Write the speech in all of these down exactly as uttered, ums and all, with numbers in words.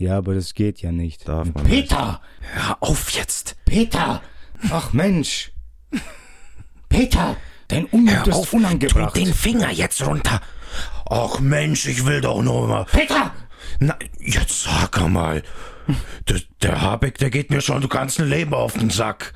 Ja, aber das geht ja nicht. Darf man Peter! nicht. Hör auf jetzt! Peter! Ach Mensch! Peter! Dein Unmut ist auf, unangebracht. Tu den Finger jetzt runter. Ach Mensch, ich will doch nur mal. Peter! Na, jetzt sag mal. Der, der Habeck, der geht mir schon das ganze Leben auf den Sack.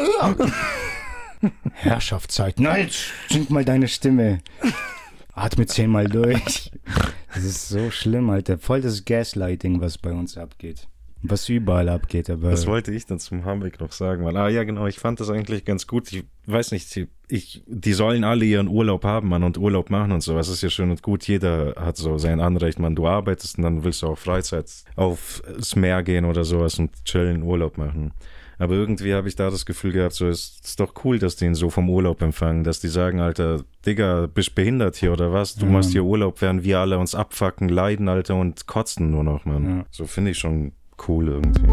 Herrschaftszeit. Nein, trink mal deine Stimme. Atme zehnmal durch. Das ist so schlimm, Alter. Voll das Gaslighting, was bei uns abgeht. Was überall abgeht, aber... Das wollte ich dann zum Habeck noch sagen, weil, ah ja genau, ich fand das eigentlich ganz gut. Ich weiß nicht, ich, die sollen alle ihren Urlaub haben, Mann, und Urlaub machen und so. Das ist ja schön und gut. Jeder hat so sein Anrecht, man, du arbeitest und dann willst du auch Freizeit aufs Meer gehen oder sowas und chillen, Urlaub machen. Aber irgendwie habe ich da das Gefühl gehabt, so ist es doch cool, dass die ihn so vom Urlaub empfangen, dass die sagen, Alter, Digga, bist behindert hier oder was? Du ja. machst hier Urlaub, während wir alle uns abfucken, leiden, Alter, und kotzen nur noch, Mann. Ja. So finde ich schon cool irgendwie.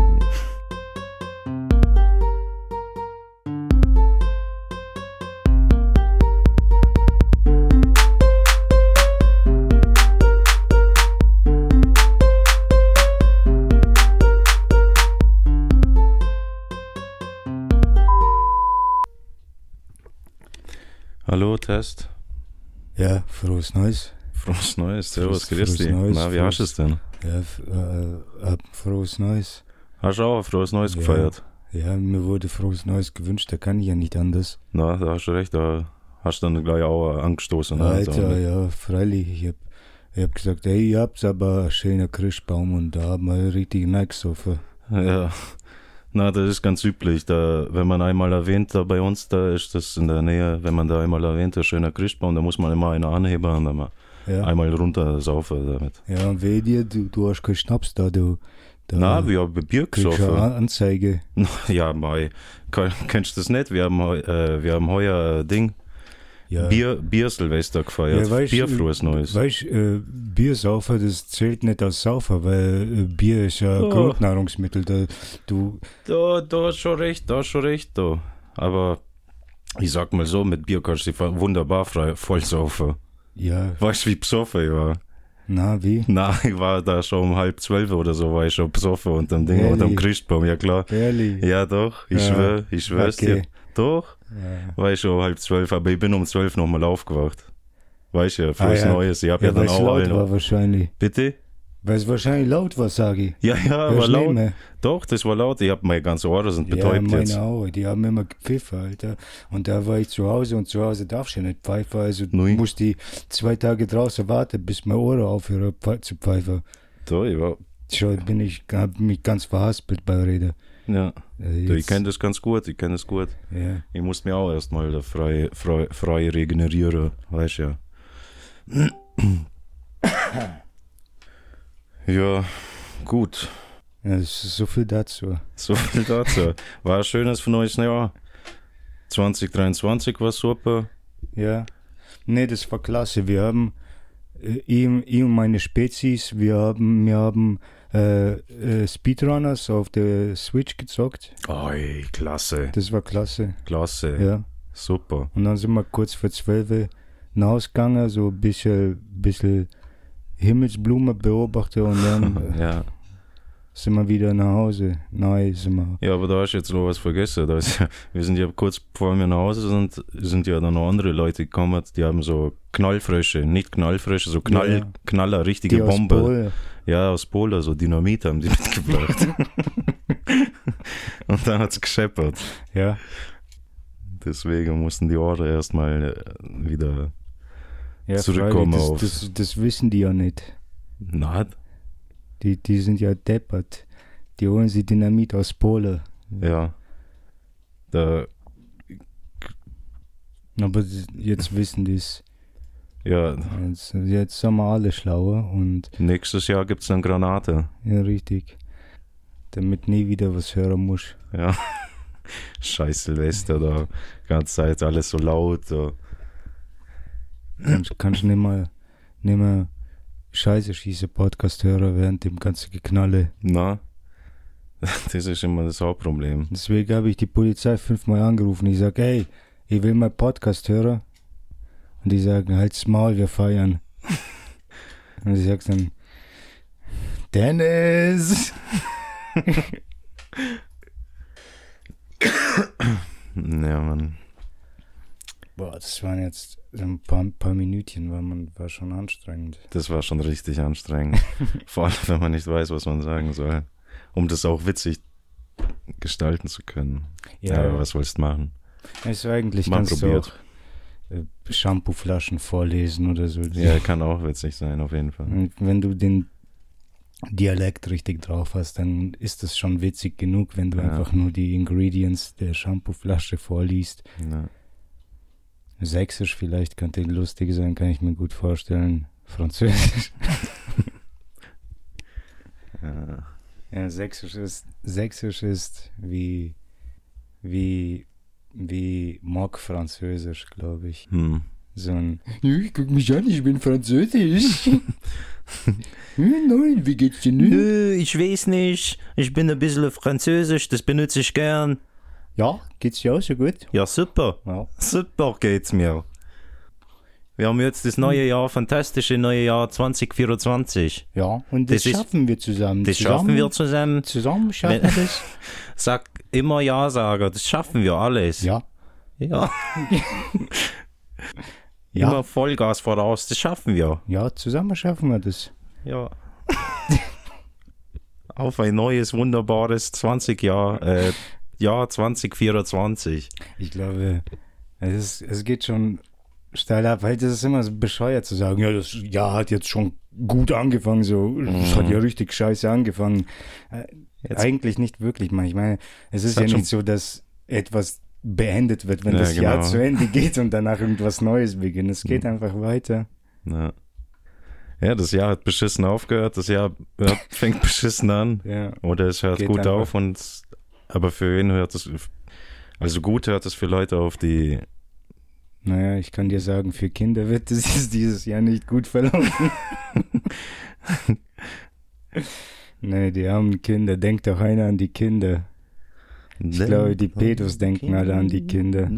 Hallo, Test. Ja, frohes Neues. Frohes Neues, servus, grüß dich. Neues, Na, wie hast du es denn? Ja, f- äh, äh, frohes Neues. Hast du auch ein frohes Neues ja, gefeiert? Ja, mir wurde frohes Neues gewünscht, da kann ich ja nicht anders. Na, da hast du recht, da hast du dann gleich auch angestoßen. Alter, also, ja, freilich. Ich hab, ich hab gesagt, hey, ihr habt aber einen schönen Christbaum und da haben wir richtig reingesoffen. Ja, na, das ist ganz üblich. Da, wenn man einmal erwähnt, da bei uns, da ist das in der Nähe, wenn man da einmal erwähnt, ein schöner Christbaum, da muss man immer einen anheben und dann mal ja. einmal runter saufen damit. Ja, und weh dir, du, du hast keinen Schnaps da, du. Da Na, wir haben Bier gesoffen. Anzeige. Ja, mei, kennst du das nicht? Wir haben, äh, wir haben heuer ein Ding. Ja. Bier, Bier Silvester gefeiert. Ja, weißt, Bier frohes Neues. Weißt du, äh, Biersaufer, das zählt nicht als Saufer, weil äh, Bier ist ja oh. Grundnahrungsmittel. Da, du da, da hast schon recht, da hast schon recht, da. Aber ich sag mal so, mit Bier kannst du dich wunderbar frei, voll saufen. Ja. Weißt du, wie besoffen ich war? Na, wie? Na, ich war da schon um halb zwölf oder so, war ich schon besoffen und am Ding und am Christbaum, ja klar. Ehrlich? Ja, doch, ich ja. schwör, ich schwör's okay. dir. Doch, ja. war ich schon um halb zwölf, aber ich bin um zwölf nochmal aufgewacht. Weißt du, ja, frohes ah, ja. Neues, ich hab ja, ja dann auch laut allen... war wahrscheinlich. Bitte? Weil es wahrscheinlich laut war, sage ich. Ja, ja, war laut. Mehr. Doch, das war laut. Ich hab meine ganze Ohren sind betäubt ja, meine jetzt. Auch, die haben immer gepfiffen, Alter. Und da war ich zu Hause und zu Hause darfst du ja nicht pfeifen. Also Nein. musste ich zwei Tage draußen warten, bis meine Ohren aufhören zu pfeifen. So, ich war... Schon bin ich, hab mich ganz verhaspelt bei Rede. Ja, äh, ich kenne das ganz gut, ich kenne das gut. Ja. Ich muss mir auch erstmal frei, frei, frei regenerieren, weißt du ja. Ja, gut. Ja, das ist so viel dazu. So viel dazu. War ein schönes neues Jahr. zwanzig dreiundzwanzig war super. Ja. Nee, das war klasse. Wir haben, äh, ich, ich und meine Spezies, wir haben, wir haben äh, äh, Speedrunners auf der Switch gezockt. Oh, klasse. Das war klasse. Klasse. Ja. Super. Und dann sind wir kurz vor zwölf nach Hause gegangen, so ein bisschen, bisschen Himmelsblume beobachtet und dann ja. sind wir wieder nach Hause. Nein, sind wir. Ja, aber da hast du jetzt noch was vergessen. Da ist, wir sind ja kurz bevor wir nach Hause sind, sind ja dann noch andere Leute gekommen, die haben so Knallfrösche, nicht Knallfrösche, so Knall, ja. Knaller, richtige die Bombe. Aus Polen. Ja, aus Polen, so Dynamit haben die mitgebracht. Und dann hat es gescheppert. Ja. Deswegen mussten die Ohren erstmal wieder ja, zurückkommen das, auf. Das, das wissen die ja nicht. Na? Die, die sind ja deppert. Die holen sie Dynamit aus Polen. Ja. Da. Aber jetzt wissen die es. Ja. Jetzt, jetzt sind wir alle schlauer und. Nächstes Jahr gibt es dann Granate. Ja, richtig. Damit nie wieder was hören muss. Ja. Scheiß Silvester da. Die ganze Zeit alles so laut. So. Kannst, kannst nicht mal, nicht mal Scheiße schießen Podcast hören während dem ganzen Geknalle. Na, das ist immer das Hauptproblem. Deswegen habe ich die Polizei fünfmal angerufen. Ich sage, hey, ich will mal Podcast hören. Und die sagen, halt's Maul, wir feiern. Und ich sage dann, Dennis! Ja, Mann. Boah, das waren jetzt ein paar, paar Minütchen, war, man, war schon anstrengend. Das war schon richtig anstrengend. Vor allem, wenn man nicht weiß, was man sagen soll. Um das auch witzig gestalten zu können. Ja, aber was willst du machen? Also eigentlich Man kannst probiert. du auch äh, Shampooflaschen vorlesen oder so. Ja, kann auch witzig sein, auf jeden Fall. Und wenn du den Dialekt richtig drauf hast, dann ist das schon witzig genug, wenn du Ja. einfach nur die Ingredients der Shampooflasche vorliest. Ja. Sächsisch vielleicht könnte lustig sein, kann ich mir gut vorstellen. Französisch. Ja. Ja, Sächsisch ist, Sächsisch ist wie, wie, wie Mock-Französisch, glaube ich. Hm. So ein, ich guck mich an, ich bin Französisch. Nein, wie geht's dir nun? Nö, ich weiß nicht. Ich bin ein bisschen französisch, das benutze ich gern. Ja, geht's dir auch so gut? Ja, super. Ja. Super geht's mir. Wir haben jetzt das neue Jahr, fantastische neue Jahr zwanzig vierundzwanzig. Ja, und das, Das ist- schaffen wir zusammen. Das zusammen, schaffen wir zusammen. Zusammen schaffen Wenn- wir das? Sag immer Ja-Sager, das schaffen wir alles. Ja. Ja. Ja. Immer Vollgas voraus, das schaffen wir. Ja, zusammen schaffen wir das. Ja. Auf ein neues, wunderbares zwanzig Jahr, äh, Jahr zwanzig vierundzwanzig. Ich glaube, es, ist, es geht schon steil ab, weil das ist immer so bescheuert zu sagen, ja, das Jahr hat jetzt schon gut angefangen, so, es hat ja richtig scheiße angefangen. Äh, Jetzt- Eigentlich nicht wirklich, man. Ich meine, es ist hat ja schon- nicht so, dass etwas beendet wird, wenn Ja, das Jahr genau. zu Ende geht und danach irgendwas Neues beginnt. Es geht einfach weiter. Ja. Ja, das Jahr hat beschissen aufgehört, das Jahr hört, fängt beschissen an. Ja. Oder es hört Geht gut einfach. auf und aber für wen hört es, also gut hört es für Leute auf, die, Naja, ich kann dir sagen, für Kinder wird es dieses Jahr nicht gut verlaufen. Nee, die armen Kinder. Denkt doch einer an die Kinder. Ich glaube, die Pedos denken alle an die Kinder.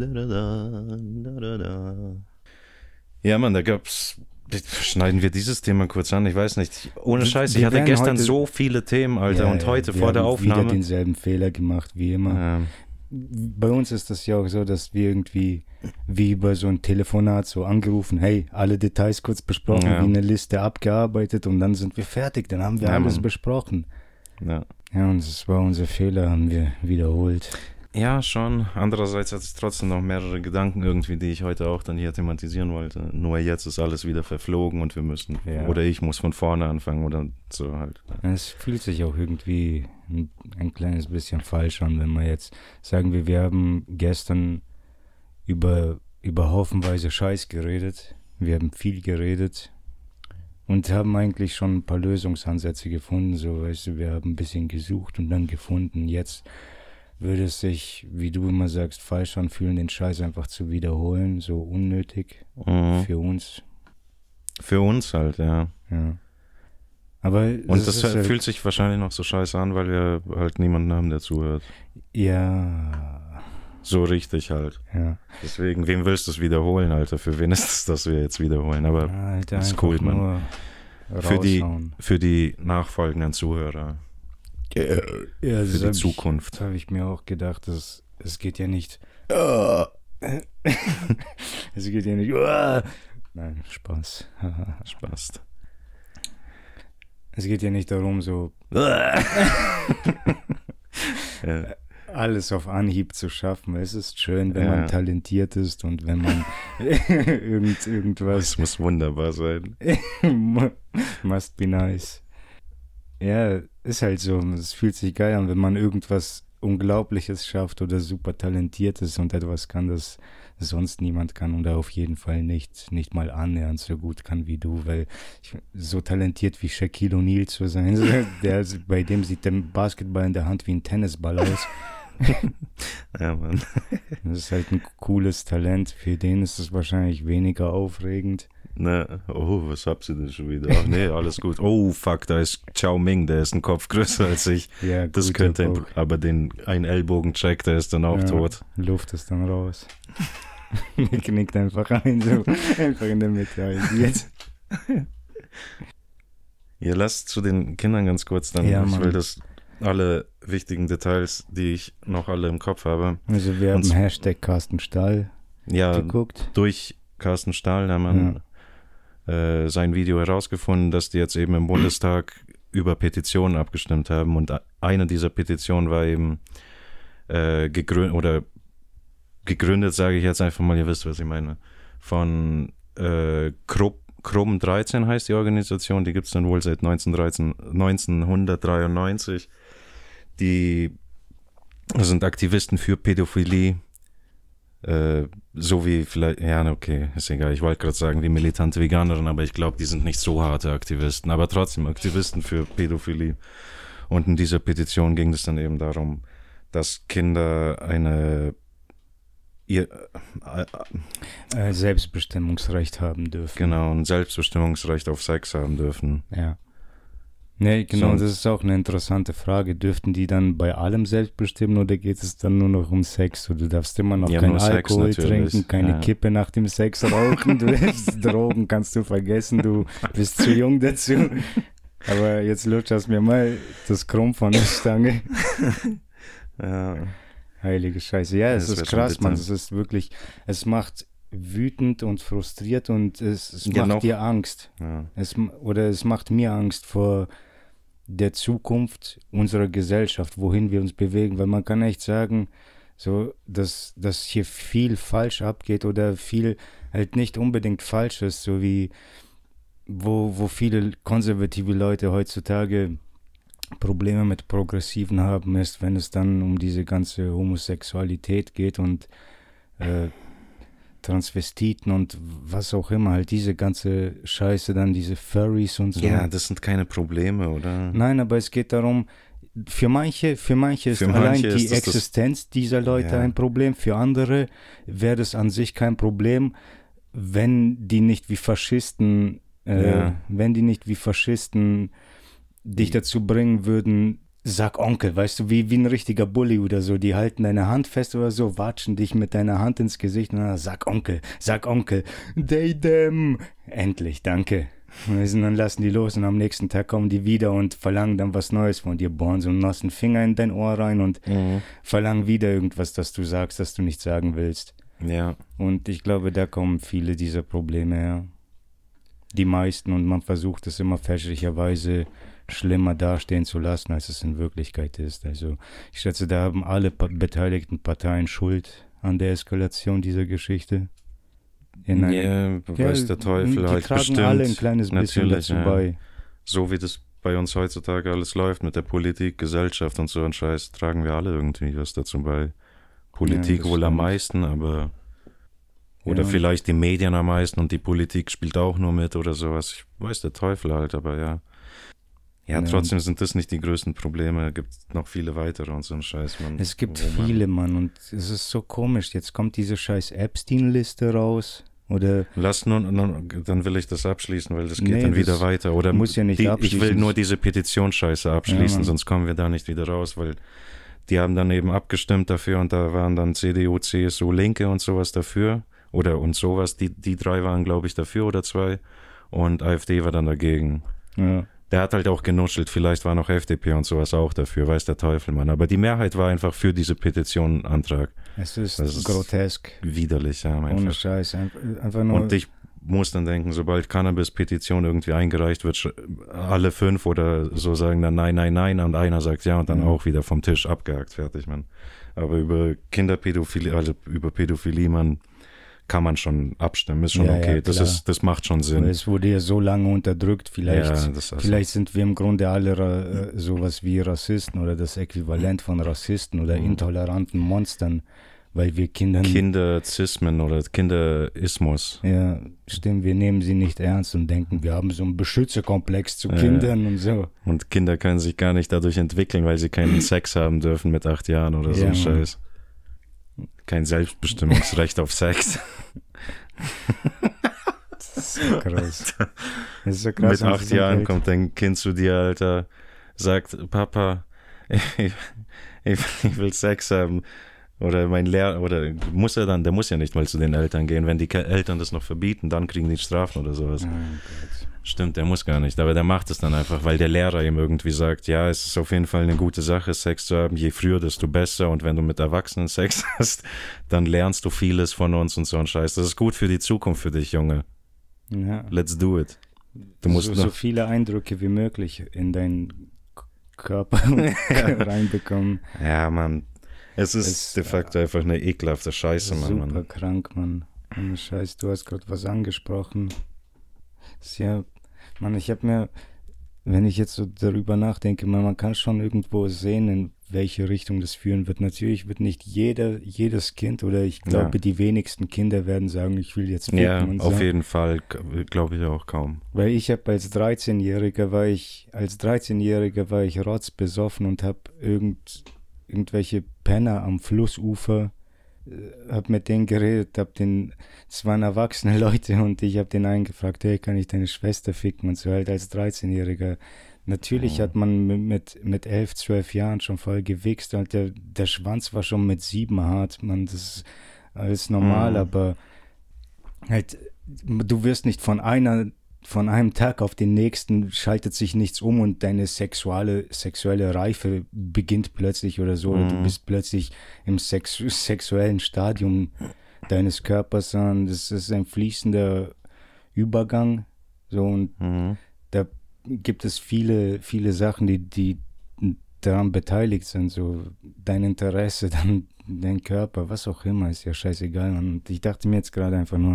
Ja, Mann, da gab's, schneiden wir dieses Thema kurz an, ich weiß nicht, ohne Wir- Scheiß, wir ich hatte werden gestern heute- so viele Themen, Alter, Ja, und ja, heute wir vor der haben wieder Aufnahme, denselben Fehler gemacht, wie immer. ähm, Bei uns ist das ja auch so, dass wir irgendwie wie über so ein Telefonat so angerufen, hey, alle Details kurz besprochen, Ja. wie eine Liste abgearbeitet und dann sind wir fertig, dann haben wir Ja, alles Mann. besprochen. ja. Ja, und das war unser Fehler, haben wir wiederholt. Ja, schon. Andererseits hatte ich trotzdem noch mehrere Gedanken irgendwie, die ich heute auch dann hier thematisieren wollte. Nur jetzt ist alles wieder verflogen und wir müssen, Ja. oder ich muss von vorne anfangen oder so halt. Es fühlt sich auch irgendwie ein, ein kleines bisschen falsch an, wenn wir jetzt sagen wir, wir haben gestern über, über haufenweise Scheiß geredet. Wir haben viel geredet und haben eigentlich schon ein paar Lösungsansätze gefunden. So, weißt du, wir haben ein bisschen gesucht und dann gefunden. Jetzt würde es sich, wie du immer sagst, falsch anfühlen, den Scheiß einfach zu wiederholen. So unnötig Mhm. für uns. Für uns halt, ja. Ja. Aber Und es das ist halt- fühlt sich wahrscheinlich noch so scheiße an, weil wir halt niemanden haben, der zuhört. Ja, So richtig halt. ja. Deswegen, wem willst du es wiederholen, Alter? Für wen ist es, dass wir jetzt wiederholen? Aber Alter, das ist einfach cool, Mann. nur Für die- raushauen. für die nachfolgenden Zuhörer, Ja, für das die hab ich- Zukunft. Das habe ich mir auch gedacht, dass es geht ja nicht. Es geht ja nicht. Nein, Spaß. Spaß. Es geht ja nicht darum, so Ja. alles auf Anhieb zu schaffen. Es ist schön, wenn Ja. man talentiert ist und wenn man irgend, irgendwas Es muss wunderbar sein. must be nice. Ja, ist halt so. Es fühlt sich geil an, wenn man irgendwas Unglaubliches schafft oder super talentiert ist und etwas kann, das sonst niemand kann oder auf jeden Fall nicht, nicht mal annähernd so gut kann wie du, weil ich, so talentiert wie Shaquille O'Neal zu sein, so, der, bei dem sieht der Basketball in der Hand wie ein Tennisball aus. Ja, Mann. Das ist halt ein cooles Talent. Für den ist es wahrscheinlich weniger aufregend. Ne, oh, was habt ihr denn schon wieder? Ach nee, alles gut. Oh, fuck, da ist Chao Ming, der ist ein Kopf größer als ich. Ja, Das guter könnte, ein, Bock. aber den ein Ellbogencheck, der ist dann auch Ja, tot. Luft ist dann raus. Er knickt einfach ein, so einfach in der Mitte halt jetzt. Ihr lasst zu den Kindern ganz kurz dann. Ja, ich Mann. will das alle wichtigen Details, die ich noch alle im Kopf habe. Also wir Und haben z- Hashtag Carsten Stahl Ja, geguckt. durch Carsten Stahl, da man äh, sein Video herausgefunden, dass die jetzt eben im Bundestag über Petitionen abgestimmt haben. Und eine dieser Petitionen war eben äh, gegründet, oder gegründet, sage ich jetzt einfach mal, ihr wisst, was ich meine, von äh, Krupp Krumm dreizehn heißt die Organisation, die gibt es dann wohl seit neunzehnhundertdreizehn, neunzehnhundertdreiundneunzig. Die sind Aktivisten für Pädophilie, äh, so wie vielleicht, ja, okay, ist egal, ich wollte gerade sagen, wie militante Veganerin, aber ich glaube, die sind nicht so harte Aktivisten, aber trotzdem Aktivisten für Pädophilie. Und in dieser Petition ging es dann eben darum, dass Kinder eine ihr, äh, Äh, Selbstbestimmungsrecht haben dürfen. genau, ein Selbstbestimmungsrecht auf Sex haben dürfen. Ja. Nee, genau, So. das ist auch eine interessante Frage. Dürften die dann bei allem selbst bestimmen oder geht es dann nur noch um Sex? Du darfst immer noch Ja, keinen nur Sex Alkohol natürlich, trinken, keine ja. Kippe nach dem Sex rauchen, du darfst Drogen kannst du vergessen, du bist zu jung dazu. Aber jetzt lutscherst mir mal das Krumm von der Stange. Ja. Heilige Scheiße. Ja, es Das wär ist schon krass, bitter. Mann. Es ist wirklich, es macht wütend und frustriert und es, es Ja, macht noch- dir Angst. Ja. Es, oder es macht mir Angst vor der Zukunft unserer Gesellschaft, wohin wir uns bewegen, weil man kann echt sagen, so, dass, dass hier viel falsch abgeht oder viel halt nicht unbedingt falsch ist, so wie wo, wo viele konservative Leute heutzutage Probleme mit Progressiven haben, ist, wenn es dann um diese ganze Homosexualität geht und äh, Transvestiten und was auch immer, halt diese ganze Scheiße, dann diese Furries und so. Ja, das sind keine Probleme, oder? Nein, aber es geht darum, für manche, für manche ist Für allein manche die ist das das- Existenz dieser Leute Ja. ein Problem, für andere wäre das an sich kein Problem, wenn die nicht wie Faschisten, äh, Ja. wenn die nicht wie Faschisten dich dazu bringen würden, sag Onkel, weißt du, wie, wie ein richtiger Bully oder so, die halten deine Hand fest oder so, watschen dich mit deiner Hand ins Gesicht und dann sag Onkel, sag Onkel, they them, endlich, danke. Und dann lassen die los und am nächsten Tag kommen die wieder und verlangen dann was Neues von dir, bohren so einen nassen Finger in dein Ohr rein und Mhm. verlangen wieder irgendwas, das du sagst, das du nicht sagen willst. Ja. Und ich glaube, da kommen viele dieser Probleme her. Die meisten, und man versucht es immer fälschlicherweise schlimmer dastehen zu lassen, als es in Wirklichkeit ist. Also ich schätze, da haben alle pa- beteiligten Parteien Schuld an der Eskalation dieser Geschichte. In ein- Ja, weiß der Teufel die halt tragen bestimmt. alle ein kleines bisschen Natürlich, dazu ja. bei. So wie das bei uns heutzutage alles läuft mit der Politik, Gesellschaft und so ein Scheiß, tragen wir alle irgendwie was dazu bei. Politik das wohl am stimmt. meisten, aber oder Ja. vielleicht die Medien am meisten und die Politik spielt auch nur mit oder sowas. Ich weiß der Teufel halt, aber ja. Ja, Ja. trotzdem sind das nicht die größten Probleme. Gibt noch viele weitere und so ein Scheiß, man. Es gibt wo man- viele, Mann, und es ist so komisch. Jetzt kommt diese scheiß Epstein-Liste raus. Oder Lass nur, nur, dann will ich das abschließen, weil das geht Nee, dann das wieder weiter. Oder muss ja nicht die, abschließen. Ich will nur diese Petitionsscheiße Ja, abschließen, Mann. sonst kommen wir da nicht wieder raus, weil die haben dann eben abgestimmt dafür und da waren dann C D U, C S U, Linke und sowas dafür. Oder und sowas, die, die drei waren, glaube ich, dafür oder zwei. Und AfD war dann dagegen. ja. Der hat halt auch genuschelt, vielleicht war noch F D P und sowas auch dafür, weiß der Teufel, Mann. Aber die Mehrheit war einfach für diese Petition-Antrag. Es ist, Das ist grotesk. Widerlich, ja, mein Ohne Gott. Scheiß. Einfach, einfach nur. Und ich muss dann denken, sobald Cannabis-Petition irgendwie eingereicht wird, sch- alle fünf oder so sagen dann nein, nein, nein und einer sagt ja und dann Ja. auch wieder vom Tisch abgehakt, fertig, man. Aber über Kinderpädophilie, also über Pädophilie, man kann man schon abstimmen, ist schon Ja, ja, okay. das klar. ist, das macht schon Weil Sinn. es wurde ja so lange unterdrückt, vielleicht, Ja, das also- vielleicht sind wir im Grunde alle ra- äh, sowas wie Rassisten oder das Äquivalent von Rassisten oder Mhm. intoleranten Monstern, weil wir Kindern, Kinderzismen oder Kinderismus. ja, stimmt, wir nehmen sie nicht ernst und denken, wir haben so einen Beschützerkomplex zu Ja. Kindern und so. Und Kinder können sich gar nicht dadurch entwickeln, weil sie keinen Sex haben dürfen mit acht Jahren oder so Ja, ein Mann. Scheiß. Kein Selbstbestimmungsrecht auf Sex. Das ist so krass. Das ist so krass. Mit und acht so Jahren Geld. kommt dein Kind zu dir, Alter, sagt, Papa, ich, ich, ich will Sex haben. Oder mein Lehrer, oder muss er dann, der muss ja nicht mal zu den Eltern gehen. Wenn die Ke- Eltern das noch verbieten, dann kriegen die Strafen oder sowas. Oh Gott. Stimmt, der muss gar nicht, aber der macht es dann einfach, weil der Lehrer ihm irgendwie sagt, ja, es ist auf jeden Fall eine gute Sache, Sex zu haben, je früher, desto besser, und wenn du mit Erwachsenen Sex hast, dann lernst du vieles von uns und so ein Scheiß. Das ist gut für die Zukunft für dich, Junge. Ja. Let's do it. Du musst so, noch so viele Eindrücke wie möglich in deinen K- Körper reinbekommen. Ja, Mann. Es ist Es, de facto einfach eine ekelhafte Scheiße, Mann. Super Mann. krank, Mann. Ohne Scheiß, du hast gerade was angesprochen. Das ist ja, Mann, ich habe mir, wenn ich jetzt so darüber nachdenke, man, man kann schon irgendwo sehen, in welche Richtung das führen wird. Natürlich wird nicht jeder, jedes Kind, oder ich glaube, Ja. die wenigsten Kinder werden sagen, ich will jetzt ficken Ja, und auf so. jeden Fall, glaube ich auch kaum. Weil ich habe als dreizehnjähriger war ich, als dreizehnjähriger war ich rotzbesoffen und habe irgend, irgendwelche Penner am Flussufer, äh, hab mit denen geredet, hab den, es waren erwachsene Leute und ich hab den einen gefragt, hey, kann ich deine Schwester ficken und so, halt als dreizehnjähriger. Natürlich Oh. hat man mit, mit, mit elf, zwölf Jahren schon voll gewichst und der, der Schwanz war schon mit sieben hart, man, das ist alles normal, Mhm. aber halt, du wirst nicht von einer, von einem Tag auf den nächsten schaltet sich nichts um und deine sexuelle, sexuelle Reife beginnt plötzlich oder so, oder du Mhm. bist plötzlich im Sex, sexuellen Stadium deines Körpers, sondern das ist ein fließender Übergang, so, und Mhm. da gibt es viele, viele Sachen, die, die daran beteiligt sind, so dein Interesse, dann dein Körper, was auch immer, ist ja scheißegal. Und ich dachte mir jetzt gerade einfach nur,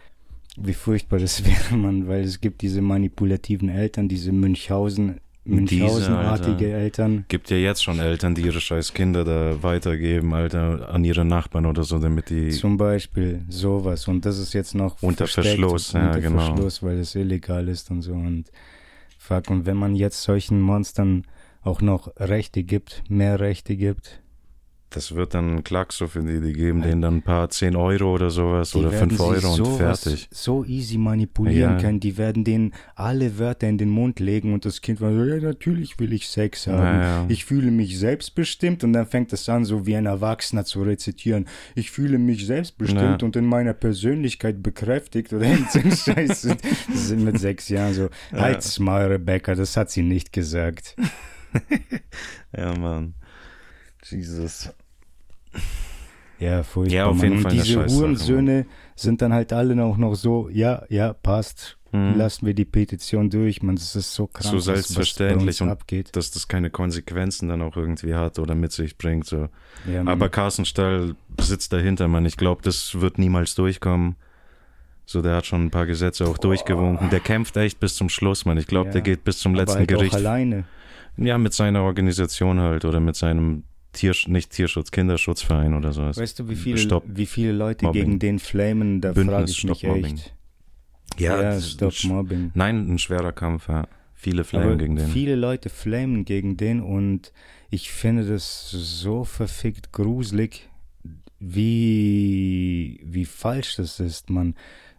wie furchtbar das wäre, man, weil es gibt diese manipulativen Eltern, diese Münchhausen, Münchhausenartige Diese, Alter. Eltern. Gibt ja jetzt schon Eltern, die ihre scheiß Kinder da weitergeben, Alter, an ihre Nachbarn oder so, damit die... Zum Beispiel sowas. Und das ist jetzt noch Unter versteckt, Verschluss, ja, unter genau. Verschluss, weil es illegal ist und so. Und fuck, und wenn man jetzt solchen Monstern auch noch Rechte gibt, mehr Rechte gibt, Das wird dann ein Klack so für die, die geben denen dann ein paar zehn Euro oder sowas die oder werden fünf sie Euro und sowas fertig. so easy manipulieren Ja. können. Die werden denen alle Wörter in den Mund legen und das Kind war so, ja, natürlich will ich Sex haben. Naja. Ich fühle mich selbstbestimmt, und dann fängt es an, so wie ein Erwachsener zu rezitieren. Ich fühle mich selbstbestimmt Ja. und in meiner Persönlichkeit bekräftigt oder so ein Scheiß. Das sind mit sechs Jahren so, Ja. halt's mal, Rebecca, das hat sie nicht gesagt. Ja, Mann. Jesus. Ja, furchtbar. Ja, auf Mann. jeden Und Fall eine diese Scheißsache, Hurensöhne sind dann halt alle auch noch so, ja, ja, passt. Mhm. Lassen wir die Petition durch, man, das ist so krank, So was- was bei selbstverständlich uns und abgeht. dass das keine Konsequenzen dann auch irgendwie hat oder mit sich bringt. So. Ja, Mann. Aber Carsten Stahl sitzt dahinter, Mann. Ich glaube, das wird niemals durchkommen. So, der hat schon ein paar Gesetze auch durchgewunken. Der kämpft echt bis zum Schluss, Mann. Ich glaube, Ja. der geht bis zum Aber letzten halt Gericht. auch alleine. Ja, mit seiner Organisation halt oder mit seinem Tier, nicht Tierschutz, Kinderschutzverein oder sowas. Weißt du, wie viele, Stopp wie viele Leute Mobbing. gegen den flamen, da frage Bündnis ich mich Stopp Mobbing. echt. Ja, Ja, das ist Stop ein, Mobbing. nein, ein schwerer Kampf, ja. Viele Flammen Aber gegen den. viele Leute flamen gegen den, und ich finde das so verfickt gruselig, wie, wie falsch das ist, man.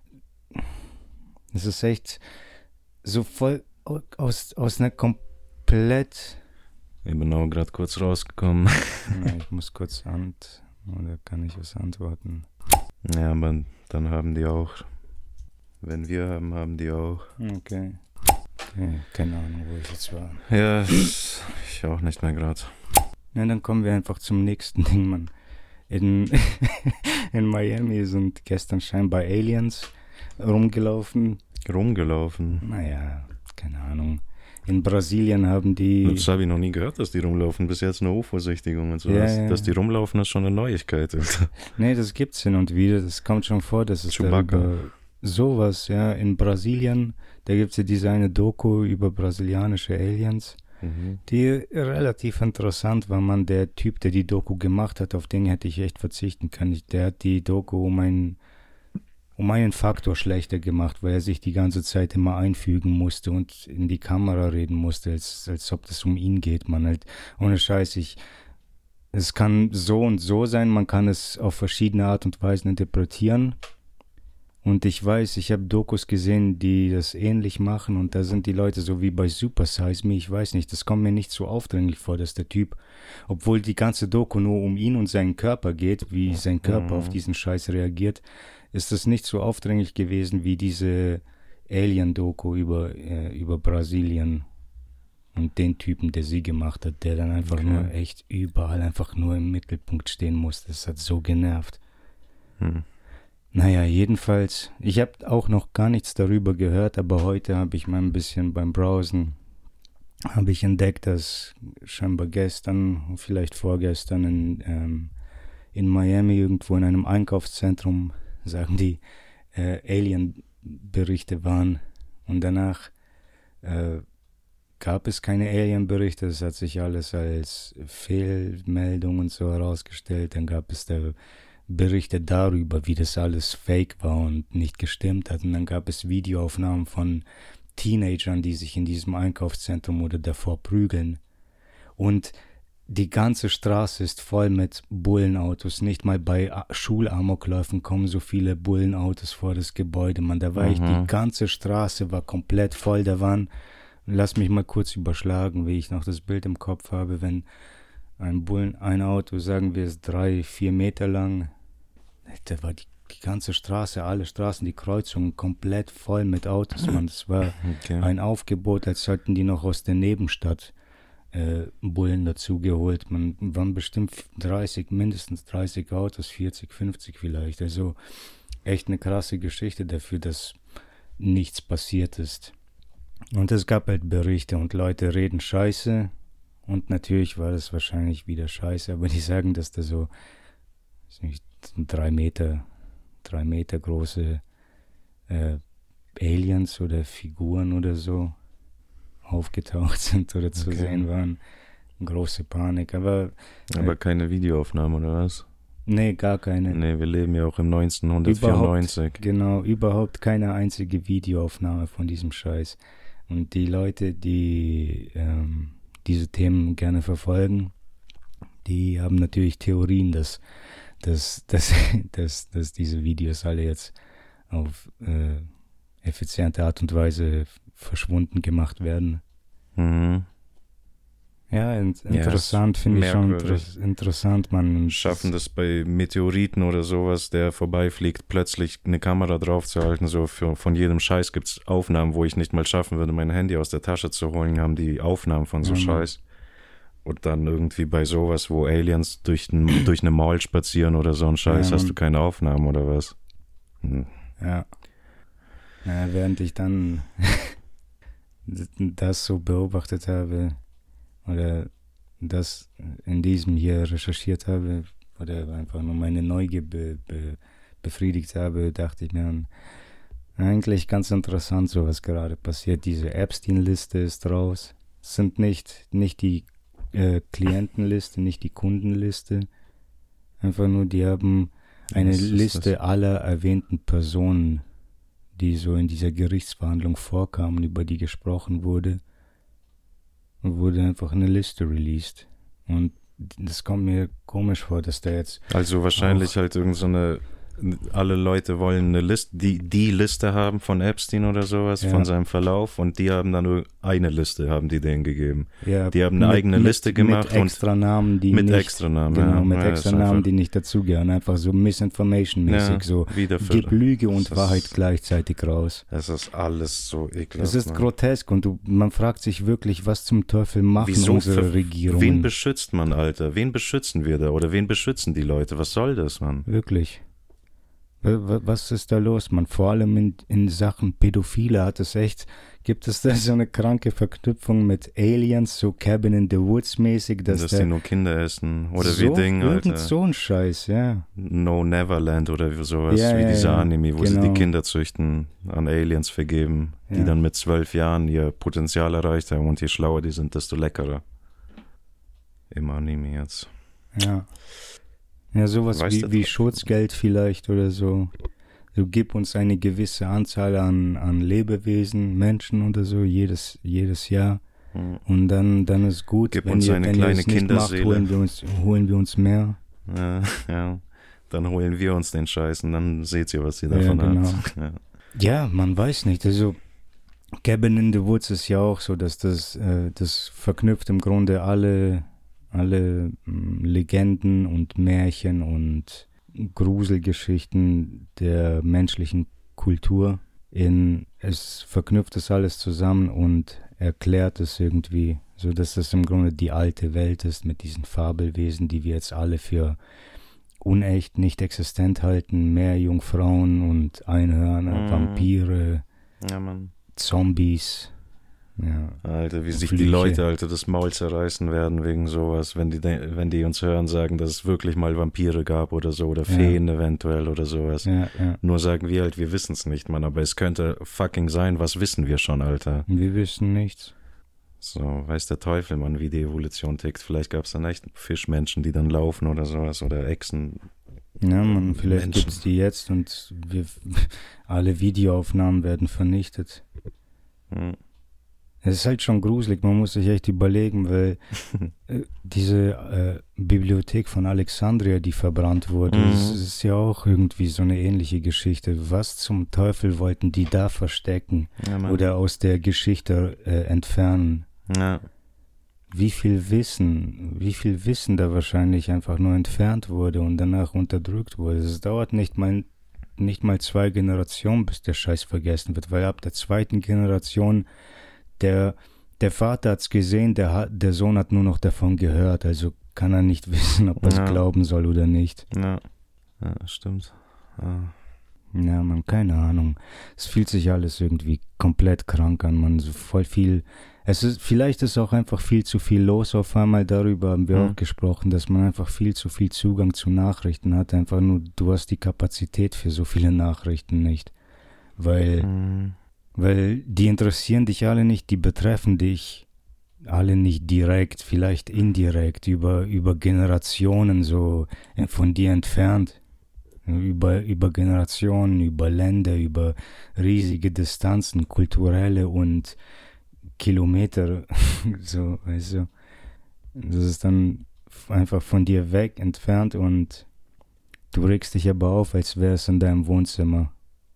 Es ist echt so voll aus, aus einer komplett... Ich bin auch gerade kurz rausgekommen. Ja, ich muss kurz ant... Oder kann ich was antworten? Ja, aber dann haben die auch. Wenn wir haben, haben die auch. Okay. Okay, keine Ahnung, wo ich jetzt war. Ja, ich auch nicht mehr gerade. Ja, dann kommen wir einfach zum nächsten Ding, Mann. In, in Miami sind gestern scheinbar Aliens rumgelaufen. Rumgelaufen. Naja, keine Ahnung. In Brasilien haben die... Das habe ich noch nie gehört, dass die rumlaufen. Bis jetzt nur U F O-Sichtigung und so. Ja, dass, ja. dass die rumlaufen, ist schon eine Neuigkeit. Alter. Nee, das gibt's hin und wieder. Das kommt schon vor, dass es Chewbacca. darüber... Sowas, ja. In Brasilien, da gibt's ja diese eine Doku über brasilianische Aliens, Mhm. die relativ interessant war, man. Der Typ, der die Doku gemacht hat, auf den hätte ich echt verzichten können. Ich- Der hat die Doku um einen, um einen Faktor schlechter gemacht, weil er sich die ganze Zeit immer einfügen musste und in die Kamera reden musste, als, als ob das um ihn geht, man. Halt, ohne Scheiß, ich... Es kann so und so sein, man kann es auf verschiedene Art und Weisen interpretieren, Und ich weiß, ich habe Dokus gesehen, die das ähnlich machen und da sind die Leute so wie bei Super Size Me, ich weiß nicht, das kommt mir nicht so aufdringlich vor, dass der Typ, obwohl die ganze Doku nur um ihn und seinen Körper geht, wie sein Körper Mhm. auf diesen Scheiß reagiert, ist das nicht so aufdringlich gewesen wie diese Alien-Doku über, äh, über Brasilien und den Typen, der sie gemacht hat, der dann einfach Okay. nur echt überall einfach nur im Mittelpunkt stehen musste. Das hat so genervt. Hm. Naja, jedenfalls, ich habe auch noch gar nichts darüber gehört, aber heute habe ich mal ein bisschen beim Browsen, habe ich entdeckt, dass scheinbar gestern, vielleicht vorgestern in, ähm, in Miami irgendwo in einem Einkaufszentrum, sagen die, äh, Alien-Berichte waren und danach äh, gab es keine Alien-Berichte, das hat sich alles als Fehlmeldung und so herausgestellt, dann gab es da Berichte darüber, wie das alles fake war und nicht gestimmt hat. Und dann gab es Videoaufnahmen von Teenagern, die sich in diesem Einkaufszentrum oder davor prügeln. Und die ganze Straße ist voll mit Bullenautos. Nicht mal bei Schulamokläufen kommen so viele Bullenautos vor das Gebäude. Man, da war Mhm. ich, die ganze Straße war komplett voll. Da waren, lass mich mal kurz überschlagen, wie ich noch das Bild im Kopf habe, wenn ein Bullen, ein Auto, sagen wir es drei, vier Meter lang, da war die, die ganze Straße, alle Straßen, die Kreuzungen komplett voll mit Autos, man. Das war Okay. ein Aufgebot, als hätten die noch aus der Nebenstadt äh, Bullen dazu geholt. Man waren bestimmt dreißig, mindestens dreißig Autos, vierzig, fünfzig vielleicht. Also echt eine krasse Geschichte dafür, dass nichts passiert ist. Und es gab halt Berichte und Leute reden Scheiße. Und natürlich war das wahrscheinlich wieder Scheiße, aber die sagen, dass da so, weiß nicht, drei Meter, drei Meter große äh, Aliens oder Figuren oder so aufgetaucht sind oder zu Okay. sehen waren. Große Panik, aber Aber keine Videoaufnahme, oder was? nee, gar keine. Nee, wir leben ja auch im neunzehnhundertvierundneunzig. Genau, überhaupt keine einzige Videoaufnahme von diesem Scheiß. Und die Leute, die ähm, diese Themen gerne verfolgen, die haben natürlich Theorien, dass, dass, dass, dass, dass diese Videos alle jetzt auf äh, effiziente Art und Weise verschwunden gemacht werden. Mhm. Ja, in, Ja, interessant, ist finde ich schon merkwürdig. inter interessant, man. Und Schaffen das bei Meteoriten oder sowas, der vorbeifliegt, plötzlich eine Kamera drauf zu halten. So für, von jedem Scheiß gibt es Aufnahmen, wo ich nicht mal schaffen würde, mein Handy aus der Tasche zu holen, haben die Aufnahmen von so Ja, Mann. Scheiß. Und dann irgendwie bei sowas, wo Aliens durch, ein, durch eine Mall spazieren oder so ein Scheiß, Ja, hast Mann. du keine Aufnahmen oder was? Hm. Ja. Ja, während ich dann das so beobachtet habe oder das in diesem hier recherchiert habe oder einfach nur meine Neugier be, be, befriedigt habe, dachte ich mir, eigentlich ganz interessant, so was gerade passiert. Diese Epstein-Liste ist raus. Es sind nicht, nicht die äh, Klientenliste, nicht die Kundenliste. Einfach nur, die haben eine Was ist Liste das? aller erwähnten Personen, die so in dieser Gerichtsverhandlung vorkamen, über die gesprochen wurde, wurde einfach eine Liste released. Und das kommt mir komisch vor, dass da jetzt Also wahrscheinlich halt irgend so eine, alle Leute wollen eine Liste, die, die Liste haben von Epstein oder sowas, Ja. von seinem Verlauf, und die haben dann nur eine Liste, haben die denen gegeben. ja, Die haben eine mit, eigene mit, Liste gemacht mit extra Namen, die mit nicht, Extranamen. genau, ja. mit Ja, extra ist Namen, einfach- die nicht dazugehören, einfach so Misinformation-mäßig, ja, so Wiederfüller. gib Lüge und Das Wahrheit ist- gleichzeitig raus. Das ist alles so ekelhaft. Es ist Mann. grotesk und du, man fragt sich wirklich, was zum Teufel machen Wieso unsere für- Regierungen? Wen beschützt man, Alter? Wen beschützen wir da? Oder wen beschützen die Leute? Was soll das, Mann? Wirklich. Wa- wa- Was ist da los, man? Vor allem in, in Sachen Pädophile hat es echt, gibt es da so eine kranke Verknüpfung mit Aliens, so Cabin in the Woods mäßig, dass, Dass der die nur Kinder essen. Oder so, wie Ding, irgend Alter. so ein Scheiß, ja. No Neverland oder wie sowas, Ja, wie ja, dieser ja, Anime, wo sie genau. die Kinder züchten, an Aliens vergeben, die Ja. dann mit zwölf Jahren ihr Potenzial erreicht haben, und je schlauer die sind, desto leckerer. Im Anime jetzt. Ja. Ja, sowas Weißt wie, du- wie Schutzgeld vielleicht oder so. Du gib uns eine gewisse Anzahl an, an Lebewesen, Menschen oder so, jedes, jedes Jahr. Hm. Und dann, dann ist gut. Gib wenn uns ihr, eine wenn kleine ihr es nicht macht, Kinderseele. holen wir uns, holen wir uns mehr. Ja, ja. dann holen wir uns den Scheiß und dann seht ihr, was ihr davon ja, genau. habt. Ja. ja, man weiß nicht. Also Cabin in the Woods ist ja auch so, dass das, äh, das verknüpft im Grunde alle, alle mh, Legenden und Märchen und Gruselgeschichten der menschlichen Kultur. In, es verknüpft das alles zusammen und erklärt es irgendwie, so dass das im Grunde die alte Welt ist mit diesen Fabelwesen, die wir jetzt alle für unecht, nicht existent halten. Meerjungfrauen und Einhörner, Mhm. Vampire, Ja, Mann. Zombies. Ja. Alter, wie sich Flüche. die Leute, Alter, das Maul zerreißen werden wegen sowas, wenn die, de- wenn die uns hören, sagen, dass es wirklich mal Vampire gab oder so, oder Ja. Feen eventuell oder sowas. Ja, ja. Nur sagen wir halt, wir wissen es nicht, Mann, aber es könnte fucking sein, was wissen wir schon, Alter. Wir wissen nichts. So, weiß der Teufel, Mann, wie die Evolution tickt. Vielleicht gab es dann echt Fischmenschen, die dann laufen oder sowas, oder Echsen. Ja, man, vielleicht Menschen. gibt es die jetzt und wir, alle Videoaufnahmen werden vernichtet. Hm. Es ist halt schon gruselig, man muss sich echt überlegen, weil äh, diese äh, Bibliothek von Alexandria, die verbrannt wurde, Mhm. das ist ja auch irgendwie so eine ähnliche Geschichte. Was zum Teufel wollten die da verstecken Ja, Mann. oder aus der Geschichte äh, entfernen? Ja. Wie viel Wissen, wie viel Wissen da wahrscheinlich einfach nur entfernt wurde und danach unterdrückt wurde. Es dauert nicht mal, nicht mal zwei Generationen, bis der Scheiß vergessen wird, weil ab der zweiten Generation der, der Vater hat's gesehen, der, hat, der Sohn hat nur noch davon gehört, also kann er nicht wissen, ob er es Ja. glauben soll oder nicht. Ja, ja stimmt. Ja. Ja, man, keine Ahnung. Es fühlt sich alles irgendwie komplett krank an, man, so voll viel. Es ist, vielleicht ist auch einfach viel zu viel los auf einmal, darüber haben wir Mhm. auch gesprochen, dass man einfach viel zu viel Zugang zu Nachrichten hat, einfach nur, du hast die Kapazität für so viele Nachrichten nicht, weil, Mhm. weil die interessieren dich alle nicht, die betreffen dich alle nicht direkt, vielleicht indirekt, über, über Generationen so äh, von dir entfernt. Über, über Generationen, über Länder, über riesige Distanzen, kulturelle und Kilometer, so, weißt du. Das ist dann einfach von dir weg, entfernt und du regst dich aber auf, als wäre es in deinem Wohnzimmer.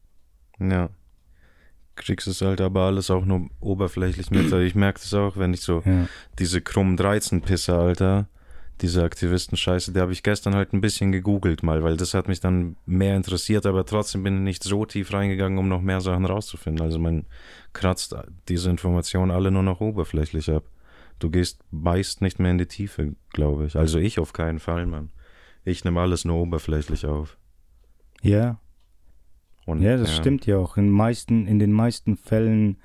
Ja. Kriegst es halt aber alles auch nur oberflächlich mit. Also ich merke das auch, wenn ich so Ja, diese krummen dreizehn-Pisse, Alter, diese Aktivisten-Scheiße, die habe ich gestern halt ein bisschen gegoogelt mal, weil das hat mich dann mehr interessiert, aber trotzdem bin ich nicht so tief reingegangen, um noch mehr Sachen rauszufinden. Also man kratzt diese Informationen alle nur noch oberflächlich ab. Du gehst meist nicht mehr in die Tiefe, glaube ich. Also ich auf keinen Fall, Mann. Ich nehme alles nur oberflächlich auf. ja, Und, ja das stimmt ja auch. In, meisten, in den meisten Fällen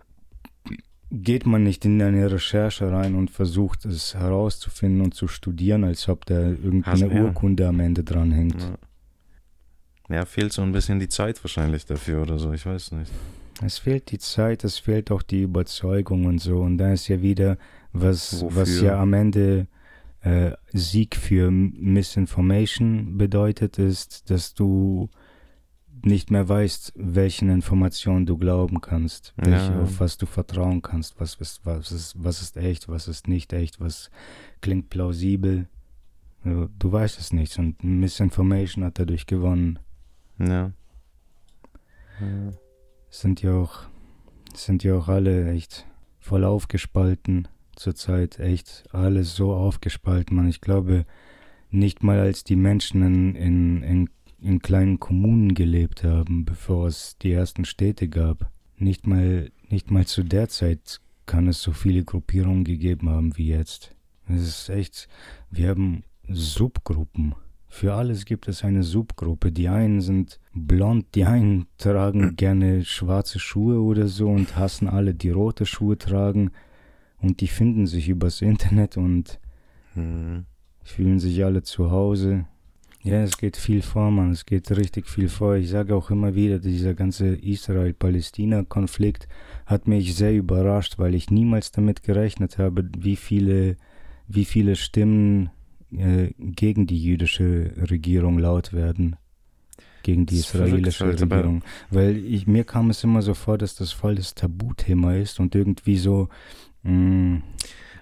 geht man nicht in eine Recherche rein und versucht es herauszufinden und zu studieren, als ob da irgendeine Hast- ja. Urkunde am Ende dran hängt. Ja. Ja, fehlt so ein bisschen die Zeit wahrscheinlich dafür oder so, ich weiß nicht. Es fehlt die Zeit, es fehlt auch die Überzeugung und so. Und da ist ja wieder, was, Wofür? was ja am Ende äh, Sieg für Misinformation bedeutet, ist, dass du nicht mehr weißt, welchen Informationen du glauben kannst, welche, Ja. auf was du vertrauen kannst, was ist, was ist, was ist echt, was ist nicht echt, was klingt plausibel. Also, du weißt es nicht und Misinformation hat dadurch gewonnen. Ja. Ja. Es sind ja auch, es sind ja auch alle echt voll aufgespalten zurzeit, echt alles so aufgespalten, man. Ich glaube, nicht mal als die Menschen in, in, in, in kleinen Kommunen gelebt haben, bevor es die ersten Städte gab, nicht mal, nicht mal zu der Zeit kann es so viele Gruppierungen gegeben haben wie jetzt. Es ist echt, wir haben Subgruppen. Für alles gibt es eine Subgruppe. Die einen sind blond, die einen tragen gerne schwarze Schuhe oder so und hassen alle, die rote Schuhe tragen. Und die finden sich übers Internet und Hm. fühlen sich alle zu Hause. Ja, es geht viel vor, Mann. Es geht richtig viel vor. Ich sage auch immer wieder, dieser ganze Israel-Palästina-Konflikt hat mich sehr überrascht, weil ich niemals damit gerechnet habe, wie viele, wie viele Stimmen äh, gegen die jüdische Regierung laut werden. Gegen die Das ist verrückt israelische halt, aber- Regierung. Weil ich, mir kam es immer so vor, dass das voll das Tabuthema ist und irgendwie so, mh,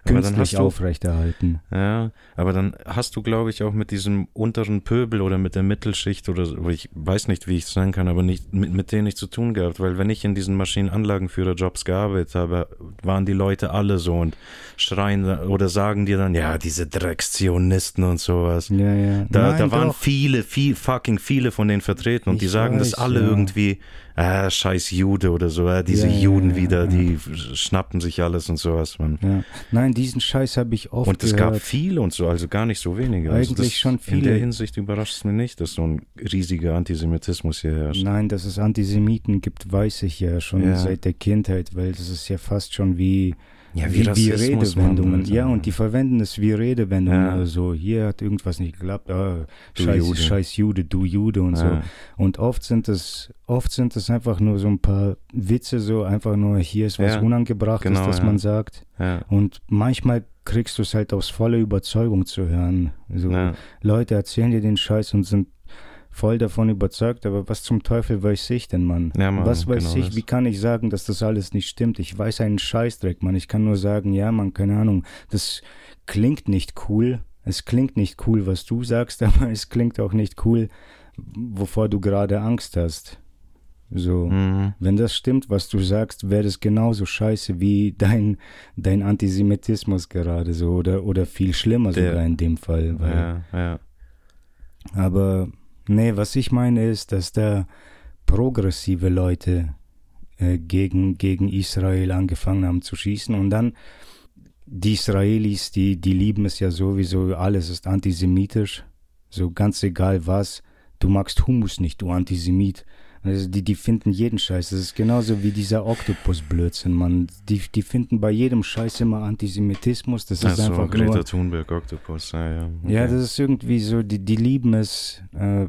künstlich aufrechterhalten. Ja, aber dann hast du, glaube ich, auch mit diesem unteren Pöbel oder mit der Mittelschicht oder so, ich weiß nicht, wie ich es sagen kann, aber nicht mit, mit denen nicht zu tun gehabt, weil wenn ich in diesen Maschinenanlagenführerjobs gearbeitet habe, waren die Leute alle so und schreien oder sagen dir dann, ja, diese Dreckszionisten und sowas. Ja, ja. Da, Nein, da waren doch. viele, viel, fucking viele von denen vertreten und Ich die sagen weiß, das alle ja. irgendwie, ah, scheiß Jude oder so, ah, diese Ja, ja, Juden ja, wieder, ja. die schnappen sich alles und sowas, man. Ja. Nein, diesen Scheiß habe ich oft Und es gehört. gab viele und so, also gar nicht so wenige. Also Eigentlich das, schon In viele. der Hinsicht überrascht es mich nicht, dass so ein riesiger Antisemitismus hier herrscht. Nein, dass es Antisemiten gibt, weiß ich ja schon Ja. seit der Kindheit, weil das ist ja fast schon wie, Ja, wie, wie Rassismus, Redewendungen. Mann, Alter. Ja, und die verwenden es wie Redewendungen. Ja. Also hier hat irgendwas nicht geklappt, ah, Du scheiß, Jude. scheiß Jude, du Jude und so. Ja. Und oft sind es, oft sind es einfach nur so ein paar Witze, so einfach nur hier ist was Ja, Unangebrachtes, genau, das ja. man sagt. Ja. Und manchmal kriegst du es halt aus voller Überzeugung zu hören. Also Ja. Leute erzählen dir den Scheiß und sind voll davon überzeugt, aber was zum Teufel weiß ich denn, Mann? Ja, Mann, was weiß genau ich, das. wie kann ich sagen, dass das alles nicht stimmt? Ich weiß einen Scheißdreck, Mann. Ich kann nur sagen, ja, Mann, keine Ahnung, das klingt nicht cool. Es klingt nicht cool, was du sagst, aber es klingt auch nicht cool, wovor du gerade Angst hast. So, Mhm. wenn das stimmt, was du sagst, wäre das genauso scheiße wie dein, dein Antisemitismus gerade so oder, oder viel schlimmer Der- sogar in dem Fall. Weil, Ja, ja. Aber nee, was ich meine ist, dass da progressive Leute äh, gegen, gegen Israel angefangen haben zu schießen und dann die Israelis, die, die lieben es ja sowieso, alles ist antisemitisch, so ganz egal was, du magst Hummus nicht, du Antisemit. Also die, die finden jeden Scheiß, das ist genauso wie dieser Oktopus-Blödsinn, Mann. Die, die finden bei jedem Scheiß immer Antisemitismus, das ist Ach so, einfach Greta nur... Thunberg, Octopus, ja, ja. Okay. Ja, das ist irgendwie so, die, die lieben es, äh,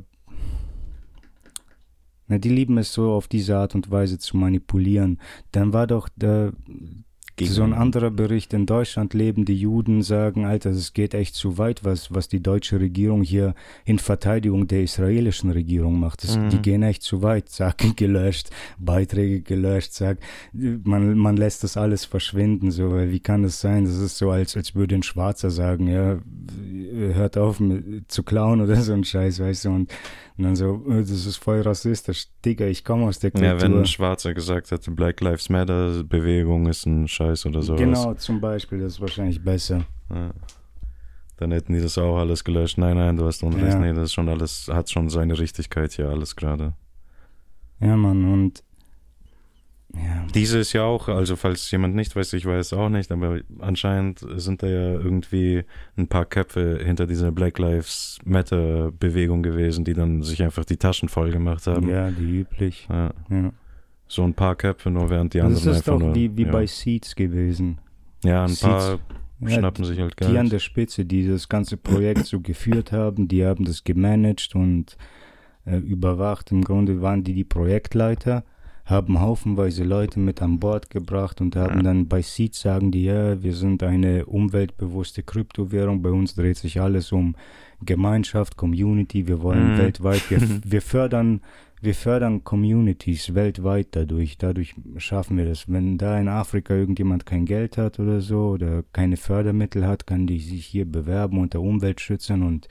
na, die lieben es so auf diese Art und Weise zu manipulieren. Dann war doch der, Gegen- so ein anderer Bericht, in Deutschland leben die Juden, sagen, Alter, es geht echt zu weit, was, was die deutsche Regierung hier in Verteidigung der israelischen Regierung macht. Das, Mhm. Die gehen echt zu weit, zack, gelöscht, Beiträge gelöscht, zack. Man, man lässt das alles verschwinden, so, weil wie kann das sein? Das ist so, als, als würde ein Schwarzer sagen, ja, hört auf mit, zu klauen oder so ein Scheiß, weißt du, und, und dann so, das ist voll rassistisch. Digga, ich komme aus der Kultur. Ja, wenn ein Schwarzer gesagt hätte, Black Lives Matter Bewegung ist ein Scheiß oder sowas. Genau, zum Beispiel, das ist wahrscheinlich besser. Ja. Dann hätten die das auch alles gelöscht. Nein, nein, du hast Unrecht. Ja. Nee, das ist schon alles, hat schon seine Richtigkeit hier alles gerade. Ja, Mann, und ja, Diese ist ja auch, also falls jemand nicht weiß, ich weiß auch nicht, aber anscheinend sind da ja irgendwie ein paar Köpfe hinter dieser Black Lives Matter Bewegung gewesen, die dann sich einfach die Taschen voll gemacht haben. ja, die üblich. Ja. Ja. So ein paar Köpfe nur, während die Das anderen ist einfach doch nur... wie, wie ja. bei Seeds gewesen. Ja, ein Seeds. paar Ja, schnappen sich halt Die an Geld. der Spitze, die das ganze Projekt so geführt haben, die haben das gemanagt und äh, überwacht. Im Grunde waren die die Projektleiter, haben haufenweise Leute mit an Bord gebracht und haben Ja. dann bei Seed sagen die, ja, wir sind eine umweltbewusste Kryptowährung, bei uns dreht sich alles um Gemeinschaft, Community, wir wollen Mhm. weltweit, wir, wir fördern wir fördern Communities weltweit dadurch, dadurch schaffen wir das. Wenn da in Afrika irgendjemand kein Geld hat oder so oder keine Fördermittel hat, kann die sich hier bewerben unter Umweltschützern und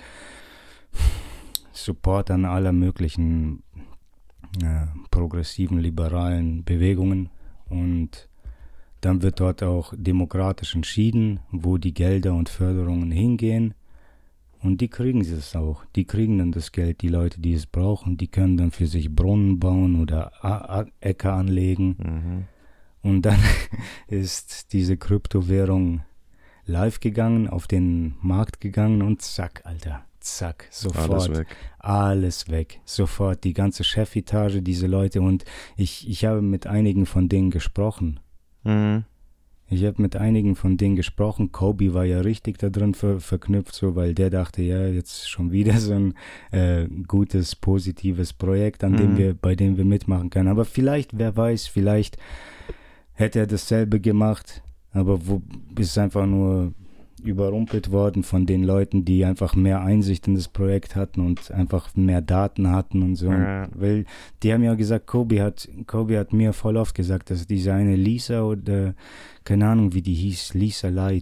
Support an aller möglichen äh, progressiven, liberalen Bewegungen und dann wird dort auch demokratisch entschieden, wo die Gelder und Förderungen hingehen und die kriegen es auch. Die kriegen dann das Geld, die Leute, die es brauchen, die können dann für sich Brunnen bauen oder A- A- Äcker anlegen Mhm. und dann ist diese Kryptowährung live gegangen, auf den Markt gegangen und zack, Alter, zack, sofort. Alles weg. Alles weg, sofort, die ganze Chefetage, diese Leute und ich, ich habe mit einigen von denen gesprochen. Mhm. Ich habe mit einigen von denen gesprochen, Kobe war ja richtig da drin ver, verknüpft, so, weil der dachte, ja, jetzt schon wieder so ein äh, gutes, positives Projekt, an dem Mhm. wir, bei dem wir mitmachen können. Aber vielleicht, wer weiß, vielleicht hätte er dasselbe gemacht, aber wo ist einfach nur überrumpelt worden von den Leuten, die einfach mehr Einsicht in das Projekt hatten und einfach mehr Daten hatten und so. Ja. Und, weil die haben ja gesagt, Kobe hat, Kobe hat mir voll oft gesagt, dass diese eine Lisa oder keine Ahnung, wie die hieß, Lisa Light,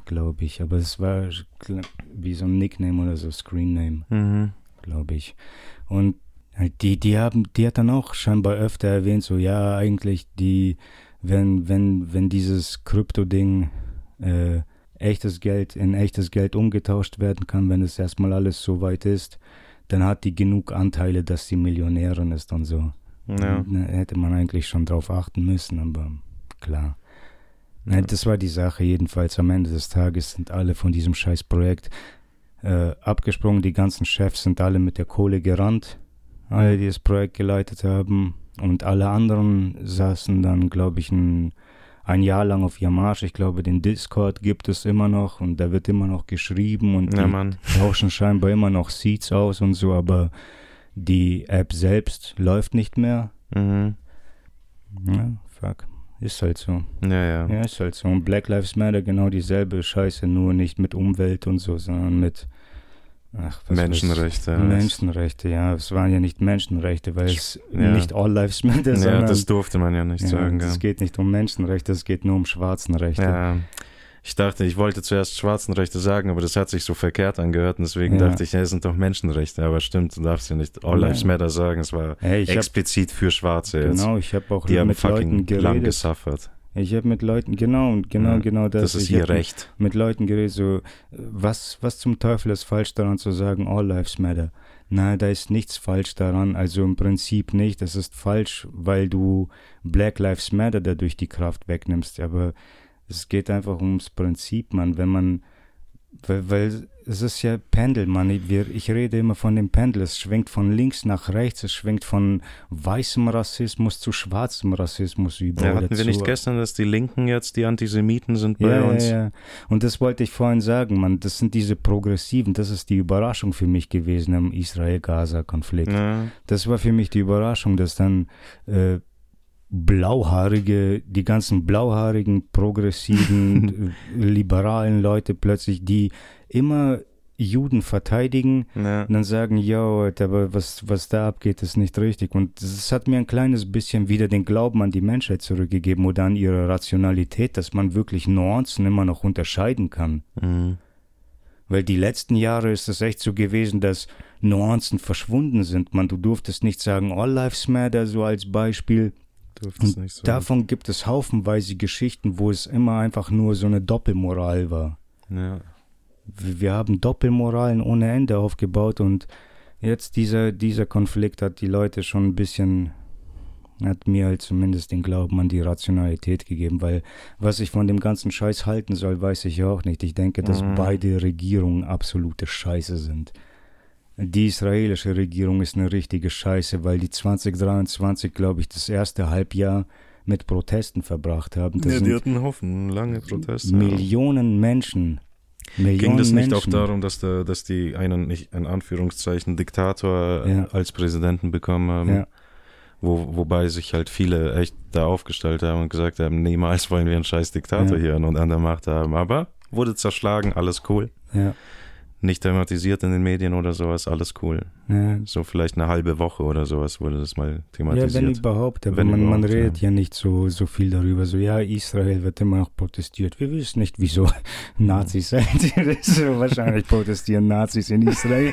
glaube ich. Aber es war wie so ein Nickname oder so, Screenname, Mhm. glaube ich. Und halt die, die haben, die hat dann auch scheinbar öfter erwähnt, so ja, eigentlich die, wenn, wenn, wenn dieses Krypto-Ding äh, echtes Geld in echtes Geld umgetauscht werden kann, wenn es erstmal alles so weit ist, dann hat die genug Anteile, dass sie Millionärin ist und so. Ja. Da hätte man eigentlich schon drauf achten müssen, aber klar. Ja. Das war die Sache jedenfalls. Am Ende des Tages sind alle von diesem scheiß Projekt äh, abgesprungen. Die ganzen Chefs sind alle mit der Kohle gerannt. Alle, die das Projekt geleitet haben. Und alle anderen saßen dann, glaube ich, ein, ein Jahr lang auf ihrem Arsch. Ich glaube, den Discord gibt es immer noch und da wird immer noch geschrieben und Ja, die Mann. tauschen scheinbar immer noch Seeds aus und so, aber die App selbst läuft nicht mehr. Mhm. Ja, fuck. Ist halt so. Ja, ja. Ja, ist halt so. Und Black Lives Matter genau dieselbe Scheiße, nur nicht mit Umwelt und so, sondern mit ach, was Menschenrechte. Was? Menschenrechte, ja. Es waren ja nicht Menschenrechte, weil es Ja. nicht All Lives Matter, Ja, sondern das durfte man ja nicht ja, sagen. es Ja. geht nicht um Menschenrechte, es geht nur um Schwarzenrechte. Ja. Ich dachte, ich wollte zuerst Schwarzenrechte sagen, aber das hat sich so verkehrt angehört und deswegen Ja. dachte ich, ja, es sind doch Menschenrechte. Aber stimmt, du darfst ja nicht All Ja. Lives Matter sagen. Es war Hey, ich hab, explizit für Schwarze jetzt. genau, ich habe auch Die haben mit Leuten fucking lang geredet. gesuffert. Ich habe mit Leuten, genau, und genau, Ja, genau das. Das ist ich ihr hab Recht. mit Leuten geredet, so, was, was zum Teufel ist falsch daran zu sagen, All Lives Matter? Nein, da ist nichts falsch daran, also im Prinzip nicht. Das ist falsch, weil du Black Lives Matter dadurch die Kraft wegnimmst, aber es geht einfach ums Prinzip, Mann, wenn man, weil, weil es ist ja Pendel, Mann, ich, wir, ich rede immer von dem Pendel, es schwenkt von links nach rechts, es schwenkt von weißem Rassismus zu schwarzem Rassismus über. Ja, hatten dazu. wir nicht gestern, dass die Linken jetzt die Antisemiten sind bei Ja, uns? ja, ja. Und das wollte ich vorhin sagen, Mann. Das sind diese Progressiven. Das ist die Überraschung für mich gewesen im Israel-Gaza-Konflikt. Ja. Das war für mich die Überraschung, dass dann äh, blauhaarige, die ganzen blauhaarigen, progressiven, äh, liberalen Leute plötzlich, die immer Juden verteidigen, Ja. und dann sagen, ja, aber was, was da abgeht, ist nicht richtig. Und das hat mir ein kleines bisschen wieder den Glauben an die Menschheit zurückgegeben oder an ihre Rationalität, dass man wirklich Nuancen immer noch unterscheiden kann. Mhm. Weil die letzten Jahre ist es echt so gewesen, dass Nuancen verschwunden sind. Man, du durftest nicht sagen, All Lives Matter, so als Beispiel. Durftest Und nicht so. davon gibt es haufenweise Geschichten, wo es immer einfach nur so eine Doppelmoral war. Ja. Wir haben Doppelmoralen ohne Ende aufgebaut und jetzt dieser, dieser Konflikt hat die Leute schon ein bisschen, hat mir halt zumindest den Glauben an die Rationalität gegeben, weil was ich von dem ganzen Scheiß halten soll, weiß ich auch nicht. Ich denke, dass Mhm. beide Regierungen absolute Scheiße sind. Die israelische Regierung ist eine richtige Scheiße, weil die zwanzig dreiundzwanzig, glaube ich, das erste Halbjahr mit Protesten verbracht haben. Das Ja, die sind hatten Haufen lange Proteste. Millionen Menschen. Millionen Ging das nicht Menschen. auch darum, dass, der, dass die einen, nicht in Anführungszeichen, Diktator Ja. als Präsidenten bekommen haben? Ja. Wo, wobei sich halt viele echt da aufgestellt haben und gesagt haben, niemals wollen wir einen scheiß Diktator Ja. hier und an der Macht haben. Aber wurde zerschlagen, alles cool. Ja, Nicht thematisiert in den Medien oder sowas, alles cool. ja. So vielleicht eine halbe Woche oder sowas wurde das mal Ja, thematisiert. wenn überhaupt, aber Wenn man, man überhaupt, redet ja. ja. nicht so, so viel darüber. So, ja, Israel wird immer noch protestiert. Wir wissen nicht, wieso Nazis sind. So, wahrscheinlich protestieren Nazis in Israel.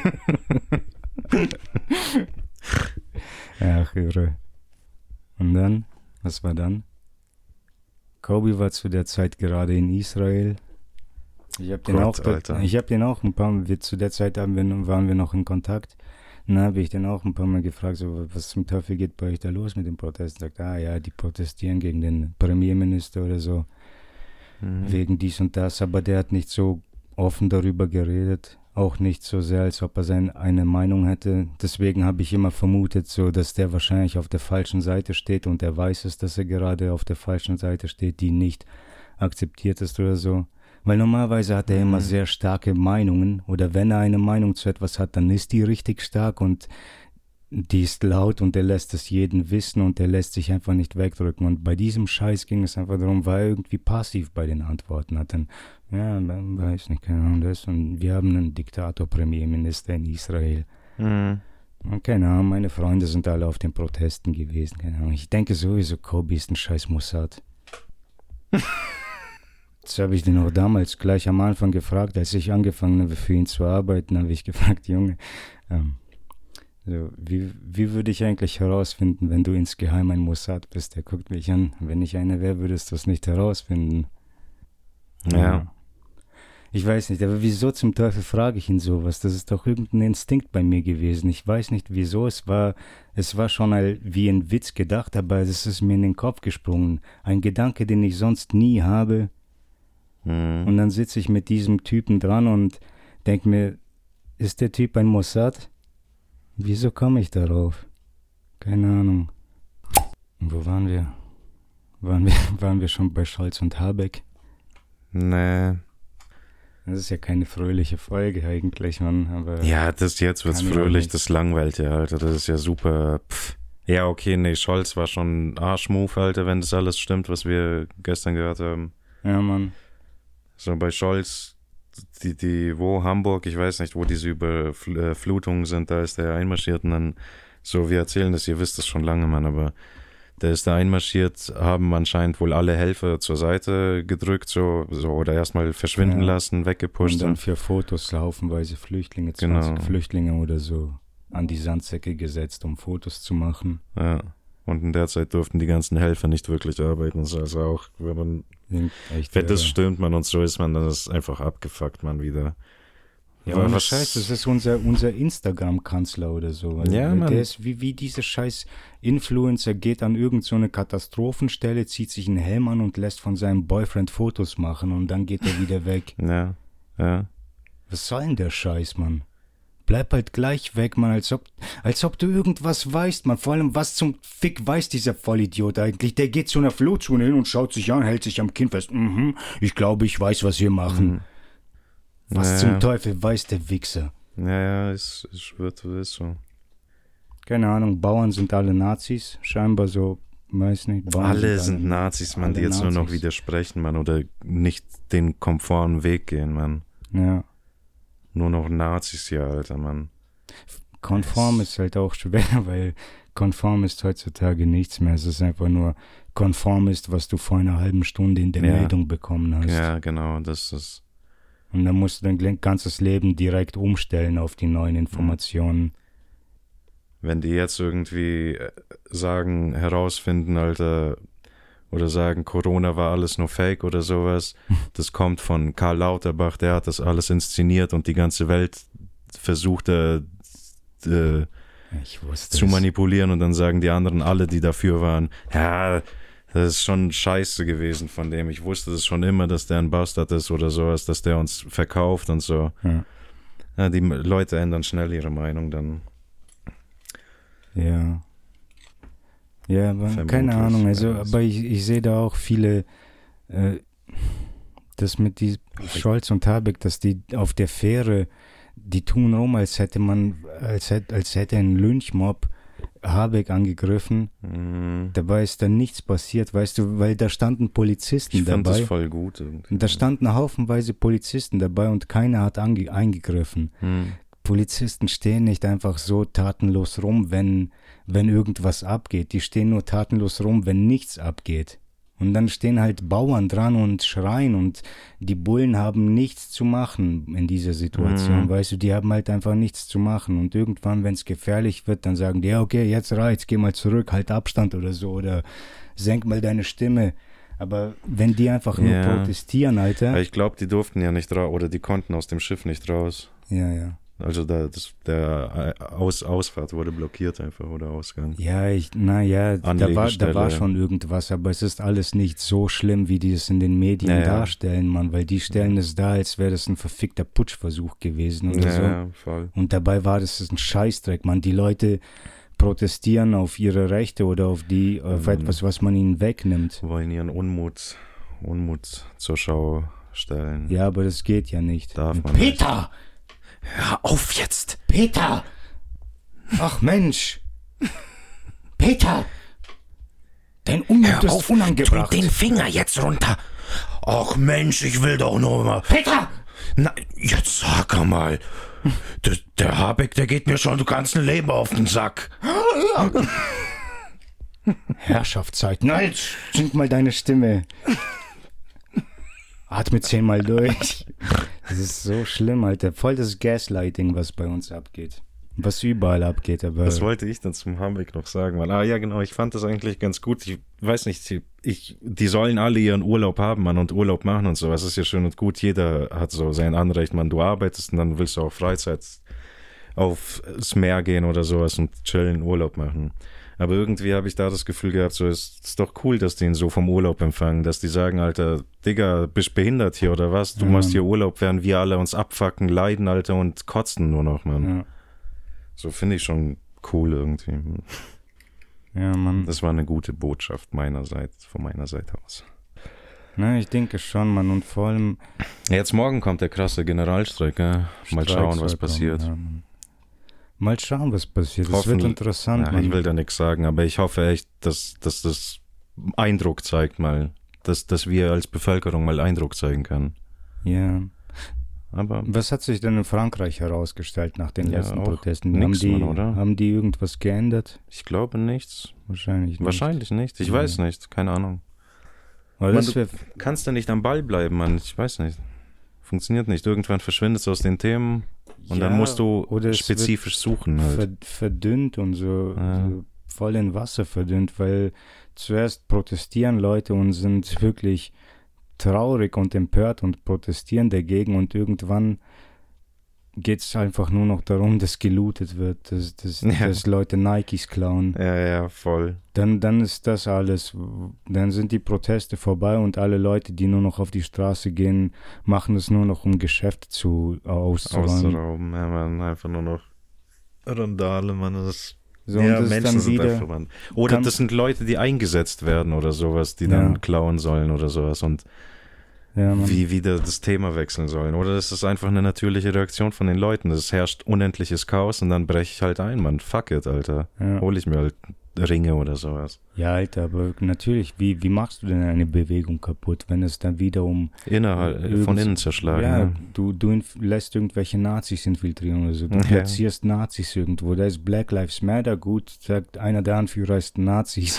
Ach, irre. Und dann? Was war dann? Kobe war zu der Zeit gerade in Israel. Ich habe den, Gott, auch dort- Alter. ich hab den auch ein paar Mal, wir, zu der Zeit haben wir, waren wir noch in Kontakt. Dann habe ich den auch ein paar Mal gefragt, so, was zum Teufel geht bei euch da los mit den Protesten? Sagt, ah ja, die protestieren gegen den Premierminister oder so, Mhm. wegen dies und das. Aber der hat nicht so offen darüber geredet, auch nicht so sehr, als ob er seine eine Meinung hätte. Deswegen habe ich immer vermutet, so, dass der wahrscheinlich auf der falschen Seite steht und er weiß es, dass er gerade auf der falschen Seite steht, die nicht akzeptiert ist oder so. Weil normalerweise hat er immer Mhm. sehr starke Meinungen oder wenn er eine Meinung zu etwas hat, dann ist die richtig stark und die ist laut und er lässt es jeden wissen und er lässt sich einfach nicht wegdrücken. Und bei diesem Scheiß ging es einfach darum, weil er irgendwie passiv bei den Antworten hat. Dann, ja, man weiß nicht, keine Ahnung, das. Und wir haben einen Diktator-Premierminister in Israel. Mhm. Und keine Ahnung, meine Freunde sind alle auf den Protesten gewesen. Keine Ahnung. Ich denke sowieso, Kobe ist ein scheiß Mossad. Das habe ich den auch damals gleich am Anfang gefragt, als ich angefangen habe, für ihn zu arbeiten, habe ich gefragt, Junge, ähm, so, wie, wie würde ich eigentlich herausfinden, wenn du insgeheim ein Mossad bist? Der guckt mich an. Wenn ich einer wäre, würdest du es nicht herausfinden. Ja. ja. Ich weiß nicht, aber wieso zum Teufel frage ich ihn sowas? Das ist doch irgendein Instinkt bei mir gewesen. Ich weiß nicht wieso. Es war, es war schon ein, wie ein Witz gedacht, aber es ist mir in den Kopf gesprungen. Ein Gedanke, den ich sonst nie habe. Mhm. Und dann sitze ich mit diesem Typen dran und denke mir, ist der Typ ein Mossad? Wieso komme ich darauf? Keine Ahnung. Wo waren wir? Waren wir, waren wir schon bei Scholz und Habeck? Nee. Das ist ja keine fröhliche Folge eigentlich, Mann. Aber ja, das jetzt wird's fröhlich, das langweilt ja, Alter. Das ist ja super. Pff. Ja, okay, nee, Scholz war schon ein Arschmove, Alter, wenn das alles stimmt, was wir gestern gehört haben. Ja, Mann. So bei Scholz, die, die, wo Hamburg, ich weiß nicht, wo diese Überflutungen sind, da ist der einmarschiert und dann, so, wir erzählen das, ihr wisst das schon lange, Mann, aber der ist da einmarschiert, haben anscheinend wohl alle Helfer zur Seite gedrückt, so, so oder erstmal verschwinden ja. lassen, weggepusht. Und dann für Fotos haufenweise Flüchtlinge, zwanzig genau. Flüchtlinge oder so, an die Sandsäcke gesetzt, um Fotos zu machen. Ja, und in der Zeit durften die ganzen Helfer nicht wirklich arbeiten, so, also auch, wenn man, echt, wenn das ja. stimmt, man, und so ist man, dann ist einfach abgefuckt, man, wieder. Ja, aber was heißt, das ist unser, unser Instagram-Kanzler oder so. Also ja, Mann. Der ist wie, wie dieser scheiß Influencer, geht an irgend so eine Katastrophenstelle, zieht sich einen Helm an und lässt von seinem Boyfriend Fotos machen und dann geht er wieder weg. Ja, ja. Was soll denn der Scheiß, Mann? Bleib halt gleich weg, Mann, als ob, als ob du irgendwas weißt, Mann. Vor allem, was zum Fick weiß dieser Vollidiot eigentlich? Der geht zu einer Flohzone hin und schaut sich an, hält sich am Kinn fest. Mhm, ich glaube, ich weiß, was wir machen. Mhm. Was naja. zum Teufel weiß der Wichser? Naja, es, es wird ist so. Keine Ahnung, Bauern sind alle Nazis, scheinbar so, weiß nicht. Bauern alle sind, sind Nazis, Mann, die jetzt Nazis. Nur noch widersprechen, Mann, oder nicht den konformen Weg gehen, Mann. Ja. Nur noch Nazis hier, Alter, Mann. Konform es ist halt auch schwer, weil konform ist heutzutage nichts mehr. Es ist einfach nur konform ist, was du vor einer halben Stunde in der ja. Meldung bekommen hast. Ja, genau, das ist. Und dann musst du dein ganzes Leben direkt umstellen auf die neuen Informationen. Wenn die jetzt irgendwie sagen, herausfinden, Alter, oder sagen, Corona war alles nur Fake oder sowas, das kommt von Karl Lauterbach, der hat das alles inszeniert und die ganze Welt versucht äh, äh, zu manipulieren und dann sagen die anderen, alle, die dafür waren, ja, das ist schon scheiße gewesen von dem. Ich wusste das schon immer, dass der ein Bastard ist oder sowas, dass der uns verkauft und so. Ja. Ja, die Leute ändern schnell ihre Meinung dann. Ja. Ja, aber Vermutlich, keine Ahnung. Also, ja, aber ich, ich sehe da auch viele, äh, das mit die Scholz und Habeck, dass die auf der Fähre, die tun rum, als hätte man, als hätte, als hätte ein Lynchmob Habeck angegriffen, mhm. dabei ist da nichts passiert, weißt du, weil da standen Polizisten ich dabei. Ich fand das voll gut. Irgendwie. Und da standen haufenweise Polizisten dabei und keiner hat ange- eingegriffen. Mhm. Polizisten stehen nicht einfach so tatenlos rum, wenn, wenn irgendwas abgeht. Die stehen nur tatenlos rum, wenn nichts abgeht. Und dann stehen halt Bauern dran und schreien und die Bullen haben nichts zu machen in dieser Situation, mhm. weißt du, die haben halt einfach nichts zu machen und irgendwann, wenn es gefährlich wird, dann sagen die, ja okay, jetzt reicht's, geh mal zurück, halt Abstand oder so oder senk mal deine Stimme, aber wenn die einfach nur ja. protestieren, Alter. Ich glaube, die durften ja nicht raus oder die konnten aus dem Schiff nicht raus. Ja, ja. Also da, das, der Aus, Ausfahrt wurde blockiert einfach oder Ausgang. Ja, ich, naja, da war, da war schon irgendwas, aber es ist alles nicht so schlimm, wie die es in den Medien ja, darstellen, Mann, weil die stellen es da, als wäre das ein verfickter Putschversuch gewesen oder ja, so. Ja, voll. Und dabei war das ein Scheißdreck, Mann. Die Leute protestieren auf ihre Rechte oder auf die, auf mhm. etwas, was man ihnen wegnimmt. Wollen ihren Unmut, Unmut zur Schau stellen. Ja, aber das geht ja nicht. Darf man Peter! Nicht. Hör auf jetzt! Peter! Ach Mensch! Peter! Dein Unmut ist unangebracht. Tu den Finger jetzt runter! Ach Mensch, ich will doch nur mal... Peter! Na, jetzt sag mal. Der, der Habeck, der geht mir schon das ganze Leben auf den Sack. Herrschaftszeiten. Halt! Sing mal deine Stimme. atme zehnmal durch. Das ist so schlimm, Alter. Voll das Gaslighting, was bei uns abgeht. Was überall abgeht, aber... Was wollte ich dann zum Habeck noch sagen? Weil, ah ja, genau, ich fand das eigentlich ganz gut. Ich weiß nicht, die, ich, die sollen alle ihren Urlaub haben, Mann, und Urlaub machen und so. Das ist ja schön und gut. Jeder hat so sein Anrecht, Mann. Du arbeitest und dann willst du auch Freizeit aufs Meer gehen oder sowas und chillen, Urlaub machen. Aber irgendwie habe ich da das Gefühl gehabt, so ist es doch cool, dass die ihn so vom Urlaub empfangen, dass die sagen, Alter, Digga, bist behindert hier oder was? Du ja. machst hier Urlaub, während wir alle uns abfacken, leiden, Alter, und kotzen nur noch, Mann. Ja. So finde ich schon cool irgendwie. Ja, Mann. Das war eine gute Botschaft meinerseits, von meiner Seite aus. Na, ich denke schon, Mann, und vor allem... Jetzt morgen kommt der krasse Generalstreik, ja? Mal schauen, was passiert. Ja, Mal schauen, was passiert. Das wird interessant. Ja, ich will da nichts sagen, aber ich hoffe echt, dass, dass das Eindruck zeigt mal, dass, dass wir als Bevölkerung mal Eindruck zeigen können. Ja. Aber was hat sich denn in Frankreich herausgestellt nach den ja, letzten Protesten? Nix, haben, die, Mann, oder? haben die irgendwas geändert? Ich glaube nichts. Wahrscheinlich nicht. Wahrscheinlich nicht. Ich ja. weiß nicht. Keine Ahnung. Weil Mann, das du kannst ja nicht am Ball bleiben, Mann. Ich weiß nicht. Funktioniert nicht. Irgendwann verschwindest du aus den Themen und ja, dann musst du oder spezifisch suchen. Halt. Ver, verdünnt und so, ja. so voll in Wasser verdünnt, weil zuerst protestieren Leute und sind wirklich traurig und empört und protestieren dagegen und irgendwann geht es einfach nur noch darum, dass gelootet wird, dass, dass, ja. dass Leute Nikes klauen. Ja, ja, voll. Dann, dann ist das alles, dann sind die Proteste vorbei und alle Leute, die nur noch auf die Straße gehen, machen es nur noch, um Geschäfte zu auszuräumen. Auszurauben, ja, man, einfach nur noch Randale, man, das ist so, ja, und das Menschen dann sind wieder, dafür, Mann. Oder das sind Leute, die eingesetzt werden oder sowas, die dann ja. klauen sollen oder sowas und ja, wie wieder das Thema wechseln sollen. Oder das ist einfach eine natürliche Reaktion von den Leuten. Es herrscht unendliches Chaos und dann breche ich halt ein, Mann. Fuck it, Alter. Ja. Hol ich mir halt Ringe oder sowas. Ja, Alter, aber natürlich, wie, wie machst du denn eine Bewegung kaputt, wenn es dann wieder um... Innerhalb, irgend- von innen zerschlagen. Ja, Ja, du, du inf- lässt irgendwelche Nazis infiltrieren oder so. Du Ja. platzierst Nazis irgendwo. Da ist Black Lives Matter, gut, sagt einer der Anführer ist Nazis.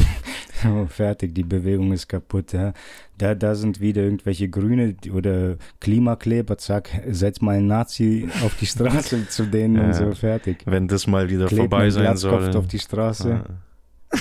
So, fertig, die Bewegung ist kaputt. Ja. Da, da sind wieder irgendwelche Grüne die- oder Klimakleber, zack, setz mal einen Nazi auf die Straße zu denen Ja. und so, fertig. Wenn das mal wieder Klebt vorbei einen sein Glatzkopf soll. auf die Straße. Ah.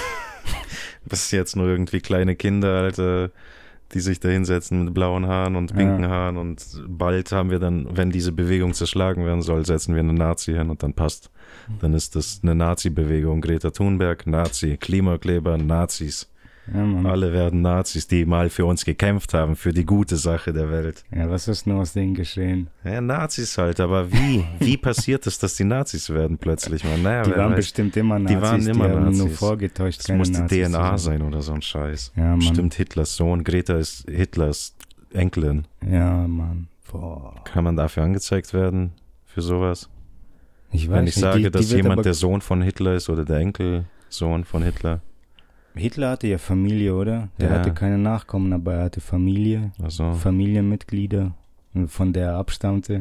Bis jetzt nur irgendwie kleine Kinder, Alter, die sich da hinsetzen mit blauen Haaren und pinken Ja. Haaren und bald haben wir dann, wenn diese Bewegung zerschlagen werden soll, setzen wir eine Nazi hin und dann passt. Dann ist das eine Nazi-Bewegung. Greta Thunberg, Nazi, Klimakleber, Nazis. Ja, Mann. Alle werden Nazis, die mal für uns gekämpft haben, für die gute Sache der Welt. Ja, was ist nur aus denen geschehen? Ja, Nazis halt, aber wie? Wie passiert es, dass die Nazis werden plötzlich? Man, naja, Die wer waren weiß. bestimmt immer Nazis, Die waren immer haben nur Nazis. vorgetäuscht, Das keine muss die Nazis D N A zu sein oder so ein Scheiß. Ja, Mann. Stimmt, Hitlers Sohn. Greta ist Hitlers Enkelin. Ja, Mann. Boah. Kann man dafür angezeigt werden? Für sowas? Ich weiß Wenn ich nicht, sage, die, die dass wird jemand aber- der Sohn von Hitler ist oder der Enkelsohn von Hitler. Hitler hatte ja Familie, oder? Der Ja. hatte keine Nachkommen, aber er hatte Familie, Also, Familienmitglieder, von der er abstammte.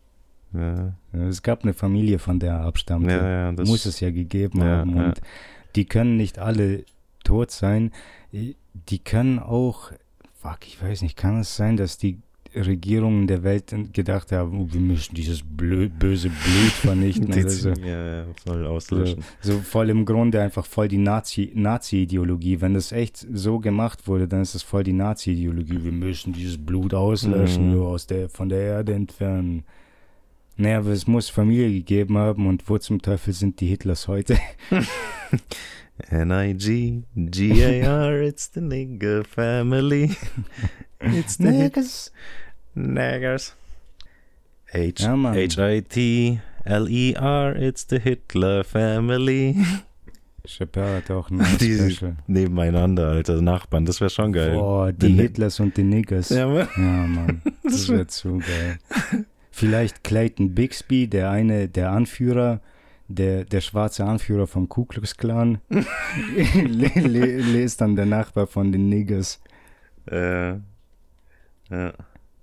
ja, Es gab eine Familie, von der er abstammte. ja, ja, das Muss es ja gegeben Ja, haben. ja. Und die können nicht alle tot sein. Die können auch, fuck, ich weiß nicht, kann es sein, dass die Regierungen der Welt gedacht haben, oh, wir müssen dieses blö böse Blut vernichten die, oder so. ja, ja, voll So, auslöschen. so voll im Grunde einfach voll die Nazi, Nazi-Ideologie. Wenn das echt so gemacht wurde, dann ist das voll die Nazi-Ideologie. Wir müssen dieses Blut auslöschen, Mhm. nur aus der, von der Erde entfernen. Naja, aber es muss Familie gegeben haben und wo zum Teufel sind die Hitlers heute? N I G G A R, it's the nigger family. It's the Niggas. Niggers. H Ja, Mann. H I T L E R, it's the Hitler family. Chappelle hat auch ein Die Special. nebeneinander, Alter, Nachbarn, das wäre schon geil. Boah, die Den- Hitlers und die Niggers. Ja, Mann. Ja, Mann, das wäre zu geil. Vielleicht Clayton Bixby, der eine, der Anführer, der, der schwarze Anführer vom Ku Klux Klan, le, le, lest dann der Nachbar von den Niggers. Äh, ja.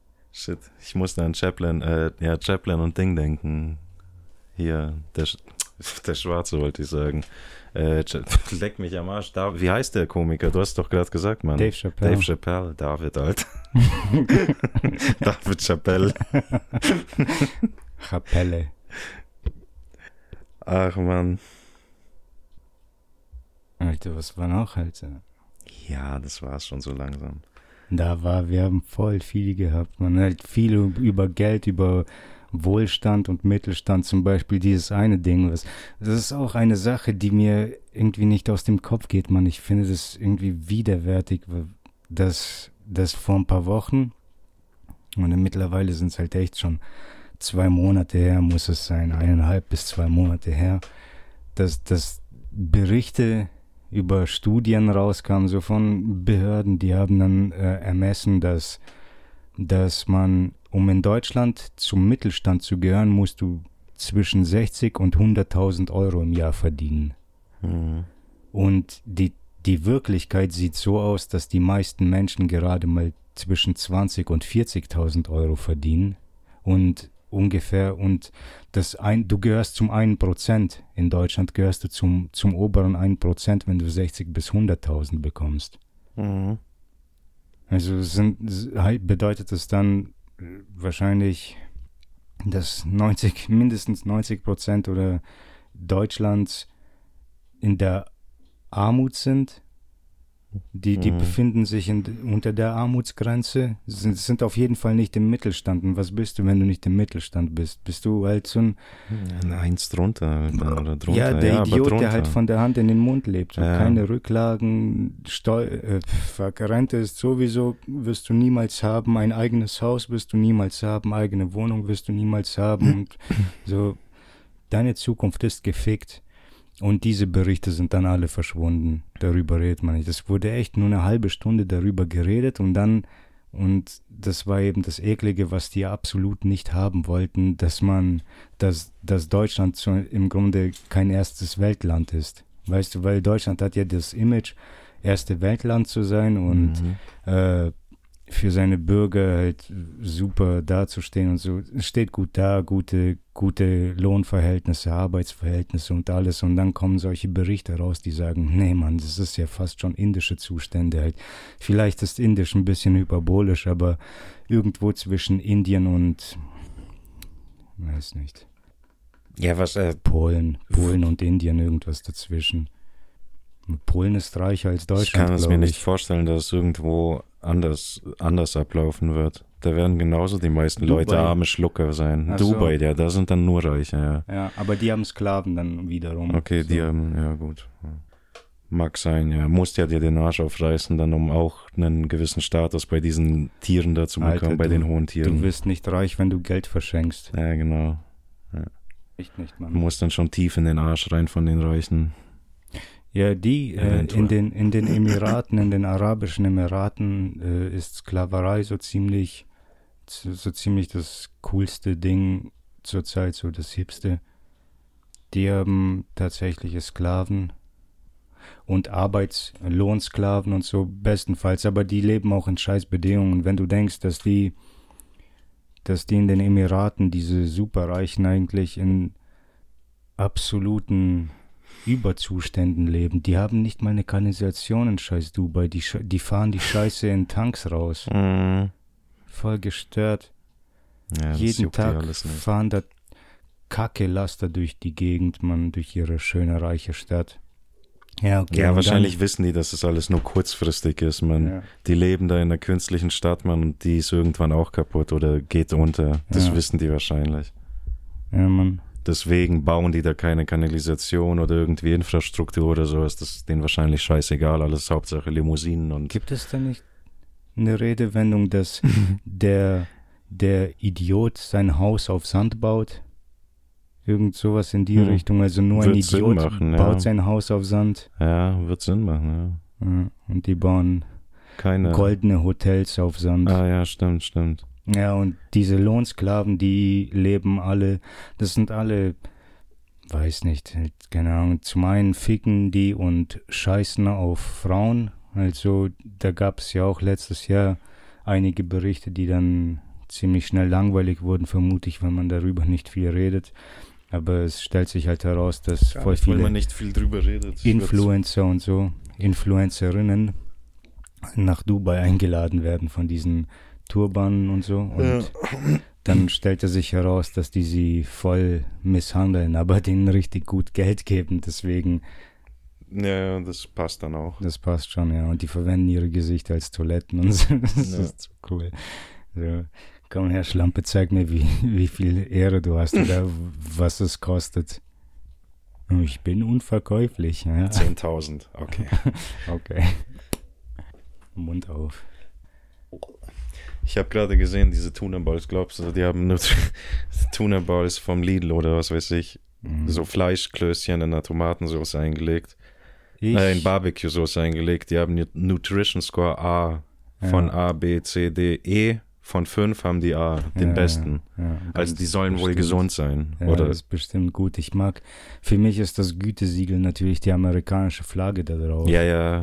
Shit, ich musste an Chaplin, äh, ja, Chaplin und Ding denken. Hier, der, Sch- Der Schwarze wollte ich sagen. Äh, leck mich am Arsch. Da, wie heißt der Komiker? Du hast doch gerade gesagt, Mann. Dave Chappelle. Dave Chappelle. David, Alter. David Chappelle. Chappelle. Ach, Mann. Alter, was war noch, Alter? Ja, das war's schon so langsam. Da war, wir haben voll viel gehabt. Man halt viel über Geld, über Wohlstand und Mittelstand, zum Beispiel dieses eine Ding. Was, das ist auch eine Sache, die mir irgendwie nicht aus dem Kopf geht, man. Ich finde das irgendwie widerwärtig, dass das vor ein paar Wochen, und mittlerweile sind es halt echt schon zwei Monate her, muss es sein, eineinhalb bis zwei Monate her, dass, dass Berichte über Studien rauskamen, so von Behörden, die haben dann äh, ermessen, dass, dass man, um in Deutschland zum Mittelstand zu gehören, musst du zwischen sechzig und hunderttausend Euro im Jahr verdienen. Mhm. Und die, die Wirklichkeit sieht so aus, dass die meisten Menschen gerade mal zwischen zwanzig und vierzigtausend Euro verdienen. Und ungefähr, und das ein, du gehörst zum einen Prozent. In Deutschland gehörst du zum, zum oberen einen Prozent, wenn du sechzig bis hunderttausend bekommst. Mhm. Also sind, bedeutet das dann wahrscheinlich, dass neunzig, mindestens neunzig Prozent oder Deutschlands in der Armut sind. Die, die mhm. befinden sich in, unter der Armutsgrenze, sind, sind auf jeden Fall nicht im Mittelstand. Und was bist du, wenn du nicht im Mittelstand bist? Bist du halt so ein... Eins drunter oder drunter. Ja, der ja, Idiot, der halt von der Hand in den Mund lebt. So ja. Keine Rücklagen, Steu äh, fuck, Rente ist sowieso, wirst du niemals haben. Ein eigenes Haus wirst du niemals haben. Eigene Wohnung wirst du niemals haben. Und so, deine Zukunft ist gefickt. Und diese Berichte sind dann alle verschwunden. Darüber redet man nicht. Es wurde echt nur eine halbe Stunde darüber geredet und dann, und das war eben das Eklige, was die absolut nicht haben wollten, dass man, dass, dass Deutschland so im Grunde kein erstes Weltland ist. Weißt du, weil Deutschland hat ja das Image, erste Weltland zu sein und mhm. äh, für seine Bürger halt super dazustehen und so. Es steht gut da, gute, gute Lohnverhältnisse, Arbeitsverhältnisse und alles. Und dann kommen solche Berichte raus, die sagen, nee Mann, das ist ja fast schon indische Zustände halt. Vielleicht ist Indisch ein bisschen hyperbolisch, aber irgendwo zwischen Indien und, weiß nicht. Ja, was, äh, Polen, Polen und Indien, irgendwas dazwischen. Polen ist reicher als Deutschland, ich kann es mir ich. nicht vorstellen, dass es irgendwo anders, anders ablaufen wird. Da werden genauso die meisten Dubai. Leute arme Schlucker sein. Ach Dubai, so. ja, da sind dann nur Reiche, ja. Ja, aber die haben Sklaven dann wiederum. Okay, so. die haben, ja gut. Mag sein, ja. Musst ja dir den Arsch aufreißen, dann um auch einen gewissen Status bei diesen Tieren da zu bekommen, Alter, bei du, den hohen Tieren. Du wirst nicht reich, wenn du Geld verschenkst. Ja, genau. Ja. Echt nicht, Mann. Du musst dann schon tief in den Arsch rein von den Reichen. Ja, die äh, in, den, in den Emiraten, in den Arabischen Emiraten äh, ist Sklaverei so ziemlich, so, so ziemlich das coolste Ding zurzeit, so das Hipste. Die haben tatsächliche Sklaven und Arbeitslohnsklaven und so bestenfalls, aber die leben auch in Scheißbedingungen. Wenn du denkst, dass die, dass die in den Emiraten, diese Superreichen eigentlich in absoluten Überzuständen leben. Die haben nicht mal eine Kanalisation in scheiß Dubai. Die, die fahren die Scheiße in Tanks raus. Mhm. Voll gestört. Ja, jeden Tag fahren da Kacke-Laster durch die Gegend, man, durch ihre schöne, reiche Stadt. Ja, okay, ja wahrscheinlich dann, wissen die, dass es alles nur kurzfristig ist, man. Ja. Die leben da in einer künstlichen Stadt, man, und die ist irgendwann auch kaputt oder geht unter. Das ja. wissen die wahrscheinlich. Ja, Mann. Deswegen bauen die da keine Kanalisation oder irgendwie Infrastruktur oder sowas. Das ist denen wahrscheinlich scheißegal. Alles Hauptsache Limousinen und... Gibt es da nicht eine Redewendung, dass der, der Idiot sein Haus auf Sand baut? Irgend sowas in die hm. Richtung. Also nur wird ein Idiot machen, baut ja. sein Haus auf Sand. Ja, wird Sinn machen, ja. ja und die bauen keine goldene Hotels auf Sand. Ah ja, stimmt, stimmt. Ja, und diese Lohnsklaven, die leben alle, das sind alle, weiß nicht, keine Ahnung, zum einen ficken die und scheißen auf Frauen. Also da gab es ja auch letztes Jahr einige Berichte, die dann ziemlich schnell langweilig wurden, vermute ich, wenn man darüber nicht viel redet. Aber es stellt sich halt heraus, dass ja, voll weil viele man nicht viel drüber redet. Influencer und so, Influencerinnen nach Dubai eingeladen werden von diesen Turbanen und so. Und ja. dann stellte sich heraus, dass die sie voll misshandeln, aber denen richtig gut Geld geben. Deswegen. Ja, das passt dann auch. Das passt schon, ja. Und die verwenden ihre Gesichter als Toiletten und so. Das ja. ist so cool. So, komm her, Schlampe, zeig mir, wie, wie viel Ehre du hast oder was es kostet. Ich bin unverkäuflich. Ja. zehntausend, okay. Okay. Mund auf. Ich habe gerade gesehen, diese Tuna Balls, glaubst du, die haben nur Tuna Balls vom Lidl oder was weiß ich, mhm. so Fleischklößchen in der Tomatensauce eingelegt, äh, in Barbecue-Sauce eingelegt. Die haben Nutrition Score A von ja. A, B, C, D, E. Von fünf haben die A, den ja, besten. Ja, also die sollen bestimmt. wohl gesund sein. Ja, oder? Das ist bestimmt gut. Ich mag, für mich ist das Gütesiegel natürlich die amerikanische Flagge da drauf. Ja, ja.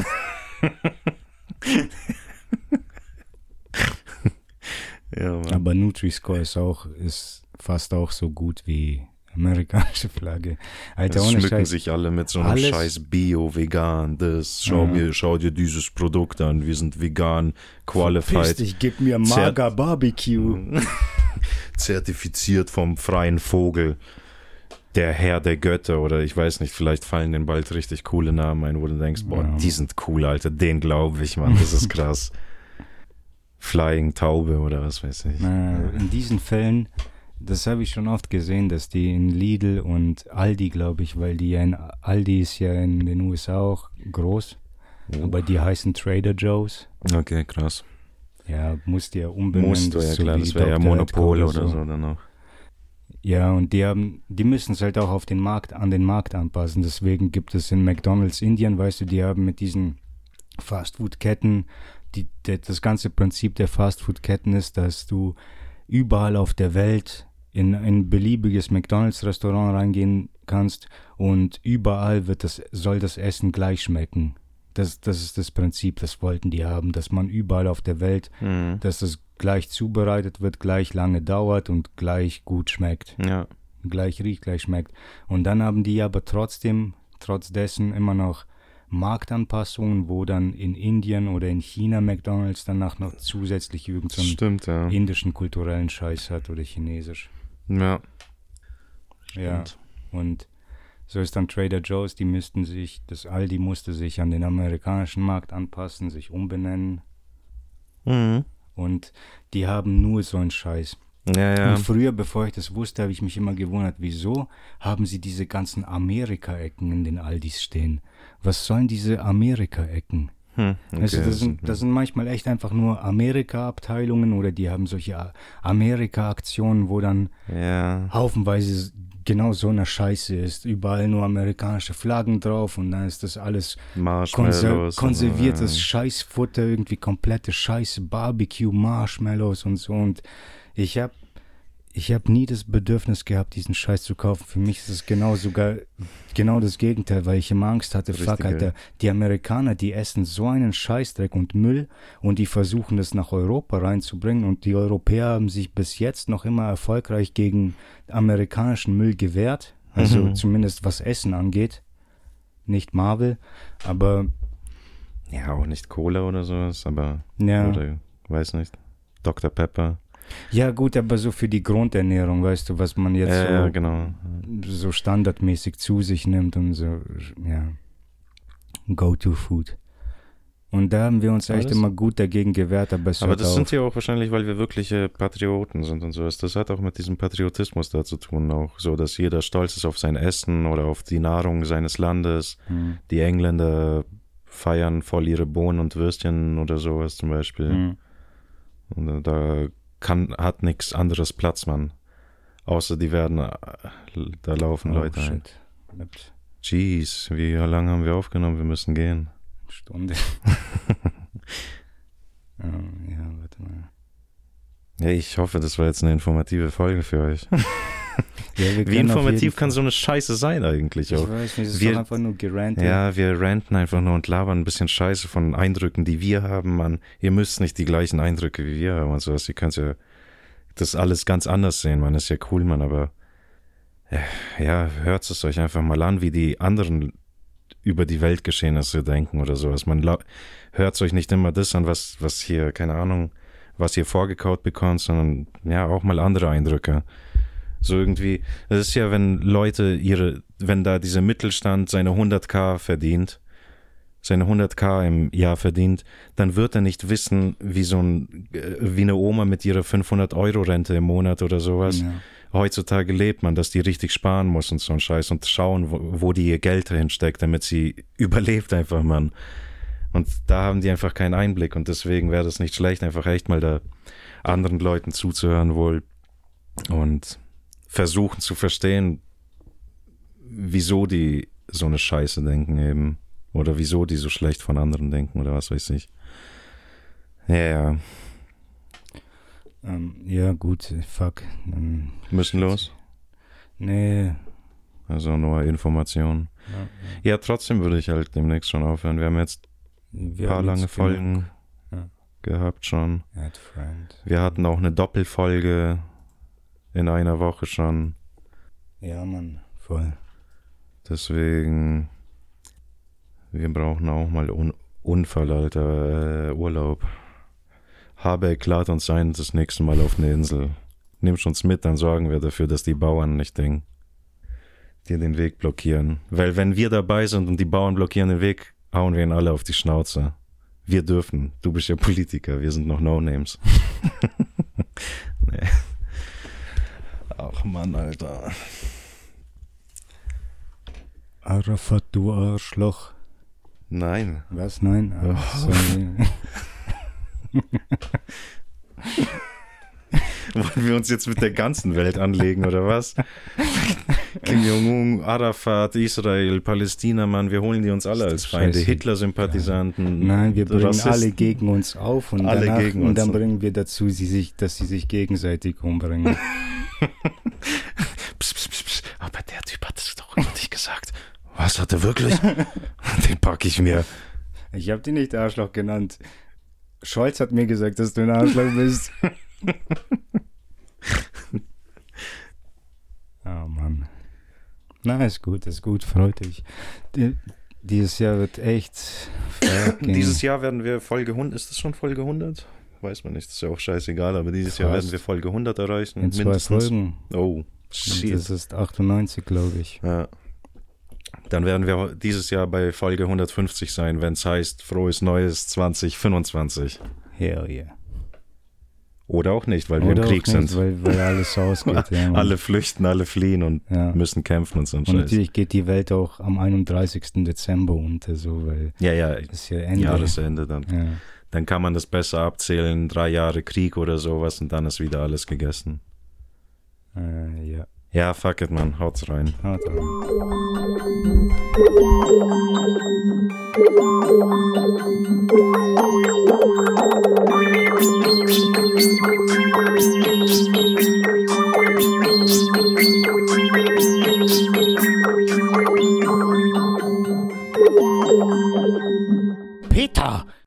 ja, Mann. Aber Nutri-Score ist auch, ist fast auch so gut wie amerikanische Flagge. Alter, es ohne schmücken Scheiß, sich alle mit so einem alles, Scheiß Bio, vegan, das, schau, ja. mir, schau dir dieses Produkt an, wir sind vegan, qualified. Verpiss dich, gib mir Mager Barbecue. Zertifiziert vom freien Vogel, der Herr der Götter oder ich weiß nicht, vielleicht fallen denen bald richtig coole Namen ein, wo du denkst, boah, ja. die sind cool, Alter, den glaube ich, Mann, das ist krass. Flying Taube oder was weiß ich. Na, in diesen Fällen, das habe ich schon oft gesehen, dass die in Lidl und Aldi, glaube ich, weil die ja in Aldi ist ja in den U S A auch groß, oh. aber die heißen Trader Joe's. Okay, krass. Ja, musst du ja umbenennen. Musst du, ja so klar, das wäre ja Monopol oder so. oder so dann auch. Ja, und die haben, die müssen es halt auch auf den Markt, an den Markt anpassen. Deswegen gibt es in McDonald's Indien, weißt du, die haben mit diesen Fastfood-Ketten, die, die, das ganze Prinzip der Fastfood-Ketten ist, dass du überall auf der Welt in ein beliebiges McDonald's-Restaurant reingehen kannst und überall wird das, soll das Essen gleich schmecken. Das, das ist das Prinzip, das wollten die haben, dass man überall auf der Welt, mhm. dass das gleich zubereitet wird, gleich lange dauert und gleich gut schmeckt. Ja. Gleich riecht, gleich schmeckt. Und dann haben die aber trotzdem, trotz dessen immer noch Marktanpassungen, wo dann in Indien oder in China McDonald's danach noch zusätzlich irgendeinen Stimmt, ja. indischen kulturellen Scheiß hat oder chinesisch. Ja. Ja. Stimmt. Und so ist dann Trader Joe's, die müssten sich, das Aldi musste sich an den amerikanischen Markt anpassen, sich umbenennen. Mhm. Und die haben nur so einen Scheiß. Ja, ja. Und früher, bevor ich das wusste, habe ich mich immer gewundert, wieso haben sie diese ganzen Amerika-Ecken in den Aldis stehen? Was sollen diese Amerika-Ecken? Hm, okay, also das, sind, das sind manchmal echt einfach nur Amerika-Abteilungen oder die haben solche Amerika-Aktionen, wo dann ja. haufenweise genau so eine Scheiße ist. Überall nur amerikanische Flaggen drauf und dann ist das alles konser- konserviertes ja. Scheißfutter, irgendwie komplette Scheiße, Barbecue, Marshmallows und so. Und ich habe ich hab nie das Bedürfnis gehabt, diesen Scheiß zu kaufen. Für mich ist es genau sogar genau das Gegenteil, weil ich immer Angst hatte, Richtig, fuck, Alter, die Amerikaner, die essen so einen Scheißdreck und Müll und die versuchen das nach Europa reinzubringen und die Europäer haben sich bis jetzt noch immer erfolgreich gegen amerikanischen Müll gewehrt, also mhm. zumindest was Essen angeht. Nicht Marvel, aber ja, auch nicht Cola oder sowas, aber ja. oder, weiß nicht, Doktor Pepper. Ja gut, aber so für die Grundernährung, weißt du, was man jetzt ja, so, ja, genau. so standardmäßig zu sich nimmt und so, ja, Go-To-Food. Und da haben wir uns echt Alles? immer gut dagegen gewehrt, aber es Aber das sind ja auch wahrscheinlich, weil wir wirkliche Patrioten sind und sowas. Das hat auch mit diesem Patriotismus da zu tun, auch so, dass jeder stolz ist auf sein Essen oder auf die Nahrung seines Landes. Hm. Die Engländer feiern voll ihre Bohnen und Würstchen oder sowas zum Beispiel. Hm. Und da kann, hat nichts anderes Platz, Mann. Außer die werden, da laufen Oh, Leute ein. shit. Jeez, wie lange haben wir aufgenommen? Wir müssen gehen. Stunde. oh, ja, warte mal. Ja, ich hoffe, das war jetzt eine informative Folge für euch. Ja, wir Wie können auf informativ jeden kann Fall- so eine Scheiße sein eigentlich auch? Ich weiß nicht, es ist Wir- doch einfach nur gerantet. Ja, wir ranten einfach nur und labern ein bisschen Scheiße von Eindrücken, die wir haben, Mann. Ihr müsst nicht die gleichen Eindrücke wie wir haben und sowas. Ihr könnt ja das alles ganz anders sehen, Mann. Ist ja cool, Mann, aber ja, hört es euch einfach mal an, wie die anderen über die Weltgeschehnisse denken oder sowas. Man hört euch nicht immer das an, was, was hier, keine Ahnung, was ihr vorgekaut bekommt, sondern ja, auch mal andere Eindrücke. So irgendwie, das ist ja, wenn Leute ihre, wenn da dieser Mittelstand seine hunderttausend verdient, seine hunderttausend im Jahr verdient, dann wird er nicht wissen, wie so ein, wie eine Oma mit ihrer fünfhundert-Euro-Rente im Monat oder sowas. Ja. Heutzutage lebt man, dass die richtig sparen muss und so ein Scheiß und schauen, wo, wo die ihr Geld hinsteckt, damit sie überlebt einfach, Mann. Und da haben die einfach keinen Einblick und deswegen wäre das nicht schlecht, einfach echt mal da anderen Leuten zuzuhören wohl und versuchen zu verstehen, wieso die so eine Scheiße denken eben. Oder wieso die so schlecht von anderen denken oder was weiß ich. Ja, ja. Ähm, ja, gut, fuck. Ähm, Müssen los? Nee. Also nur Informationen. Ja, ja. ja, trotzdem würde ich halt demnächst schon aufhören. Wir haben jetzt ein paar lange Folgen ja. gehabt schon. Wir hatten auch eine Doppelfolge in einer Woche schon. Ja, Mann, voll. Deswegen, wir brauchen auch mal Un- Unfall, Alter, äh, Urlaub. Habeck lad uns ein das nächste Mal auf eine Insel. Nimmst uns mit, dann sorgen wir dafür, dass die Bauern nicht den, dir den Weg blockieren. Weil wenn wir dabei sind und die Bauern blockieren den Weg, hauen wir ihn alle auf die Schnauze. Wir dürfen. Du bist ja Politiker, wir sind noch No-Names. Nee. Ach Mann, Alter. Arafat, du Arschloch. Nein. Was? Nein? Ach, sorry. Wollen wir uns jetzt mit der ganzen Welt anlegen, oder was? Kim Jong-un, Arafat, Israel, Palästina, Mann, wir holen die uns alle als Feinde. Hitler-Sympathisanten. Nein, wir bringen Rassisten. Alle gegen uns auf und, alle danach, gegen und uns. dann bringen wir dazu, sie sich, dass sie sich gegenseitig umbringen. pss, pss, pss, pss. Aber der Typ hat es doch nicht gesagt. Was hat er wirklich? Den packe ich mir. Ich habe dich nicht Arschloch genannt. Scholz hat mir gesagt, dass du ein Arschloch bist. Oh Mann. Na, ist gut, ist gut, freut dich. Die, dieses Jahr wird echt Dieses Jahr werden wir Folge hundert, ist das schon Folge hundert? Weiß man nicht, das ist ja auch scheißegal, aber dieses Fast. Jahr werden wir Folge hundert erreichen. In zwei Folgen. Oh, shit. Das ist achtundneunzig, glaube ich. Ja. Dann werden wir dieses Jahr bei Folge hundertfünfzig sein, wenn es heißt Frohes Neues zwanzig fünfundzwanzig. Hell yeah. Oder auch nicht, weil Oder wir im Krieg nicht, sind. Weil, weil alles ausgeht. Ja, alle flüchten, alle fliehen und ja. müssen kämpfen und so ein Und Scheiß. natürlich geht die Welt auch am einunddreißigsten Dezember unter, so, weil ja, ja, das ist ja Ende. Jahresende dann. Ja. Dann kann man das besser abzählen, drei Jahre Krieg oder sowas und dann ist wieder alles gegessen. Äh, ja. Ja, fuck it, man. Haut's rein. Haut rein.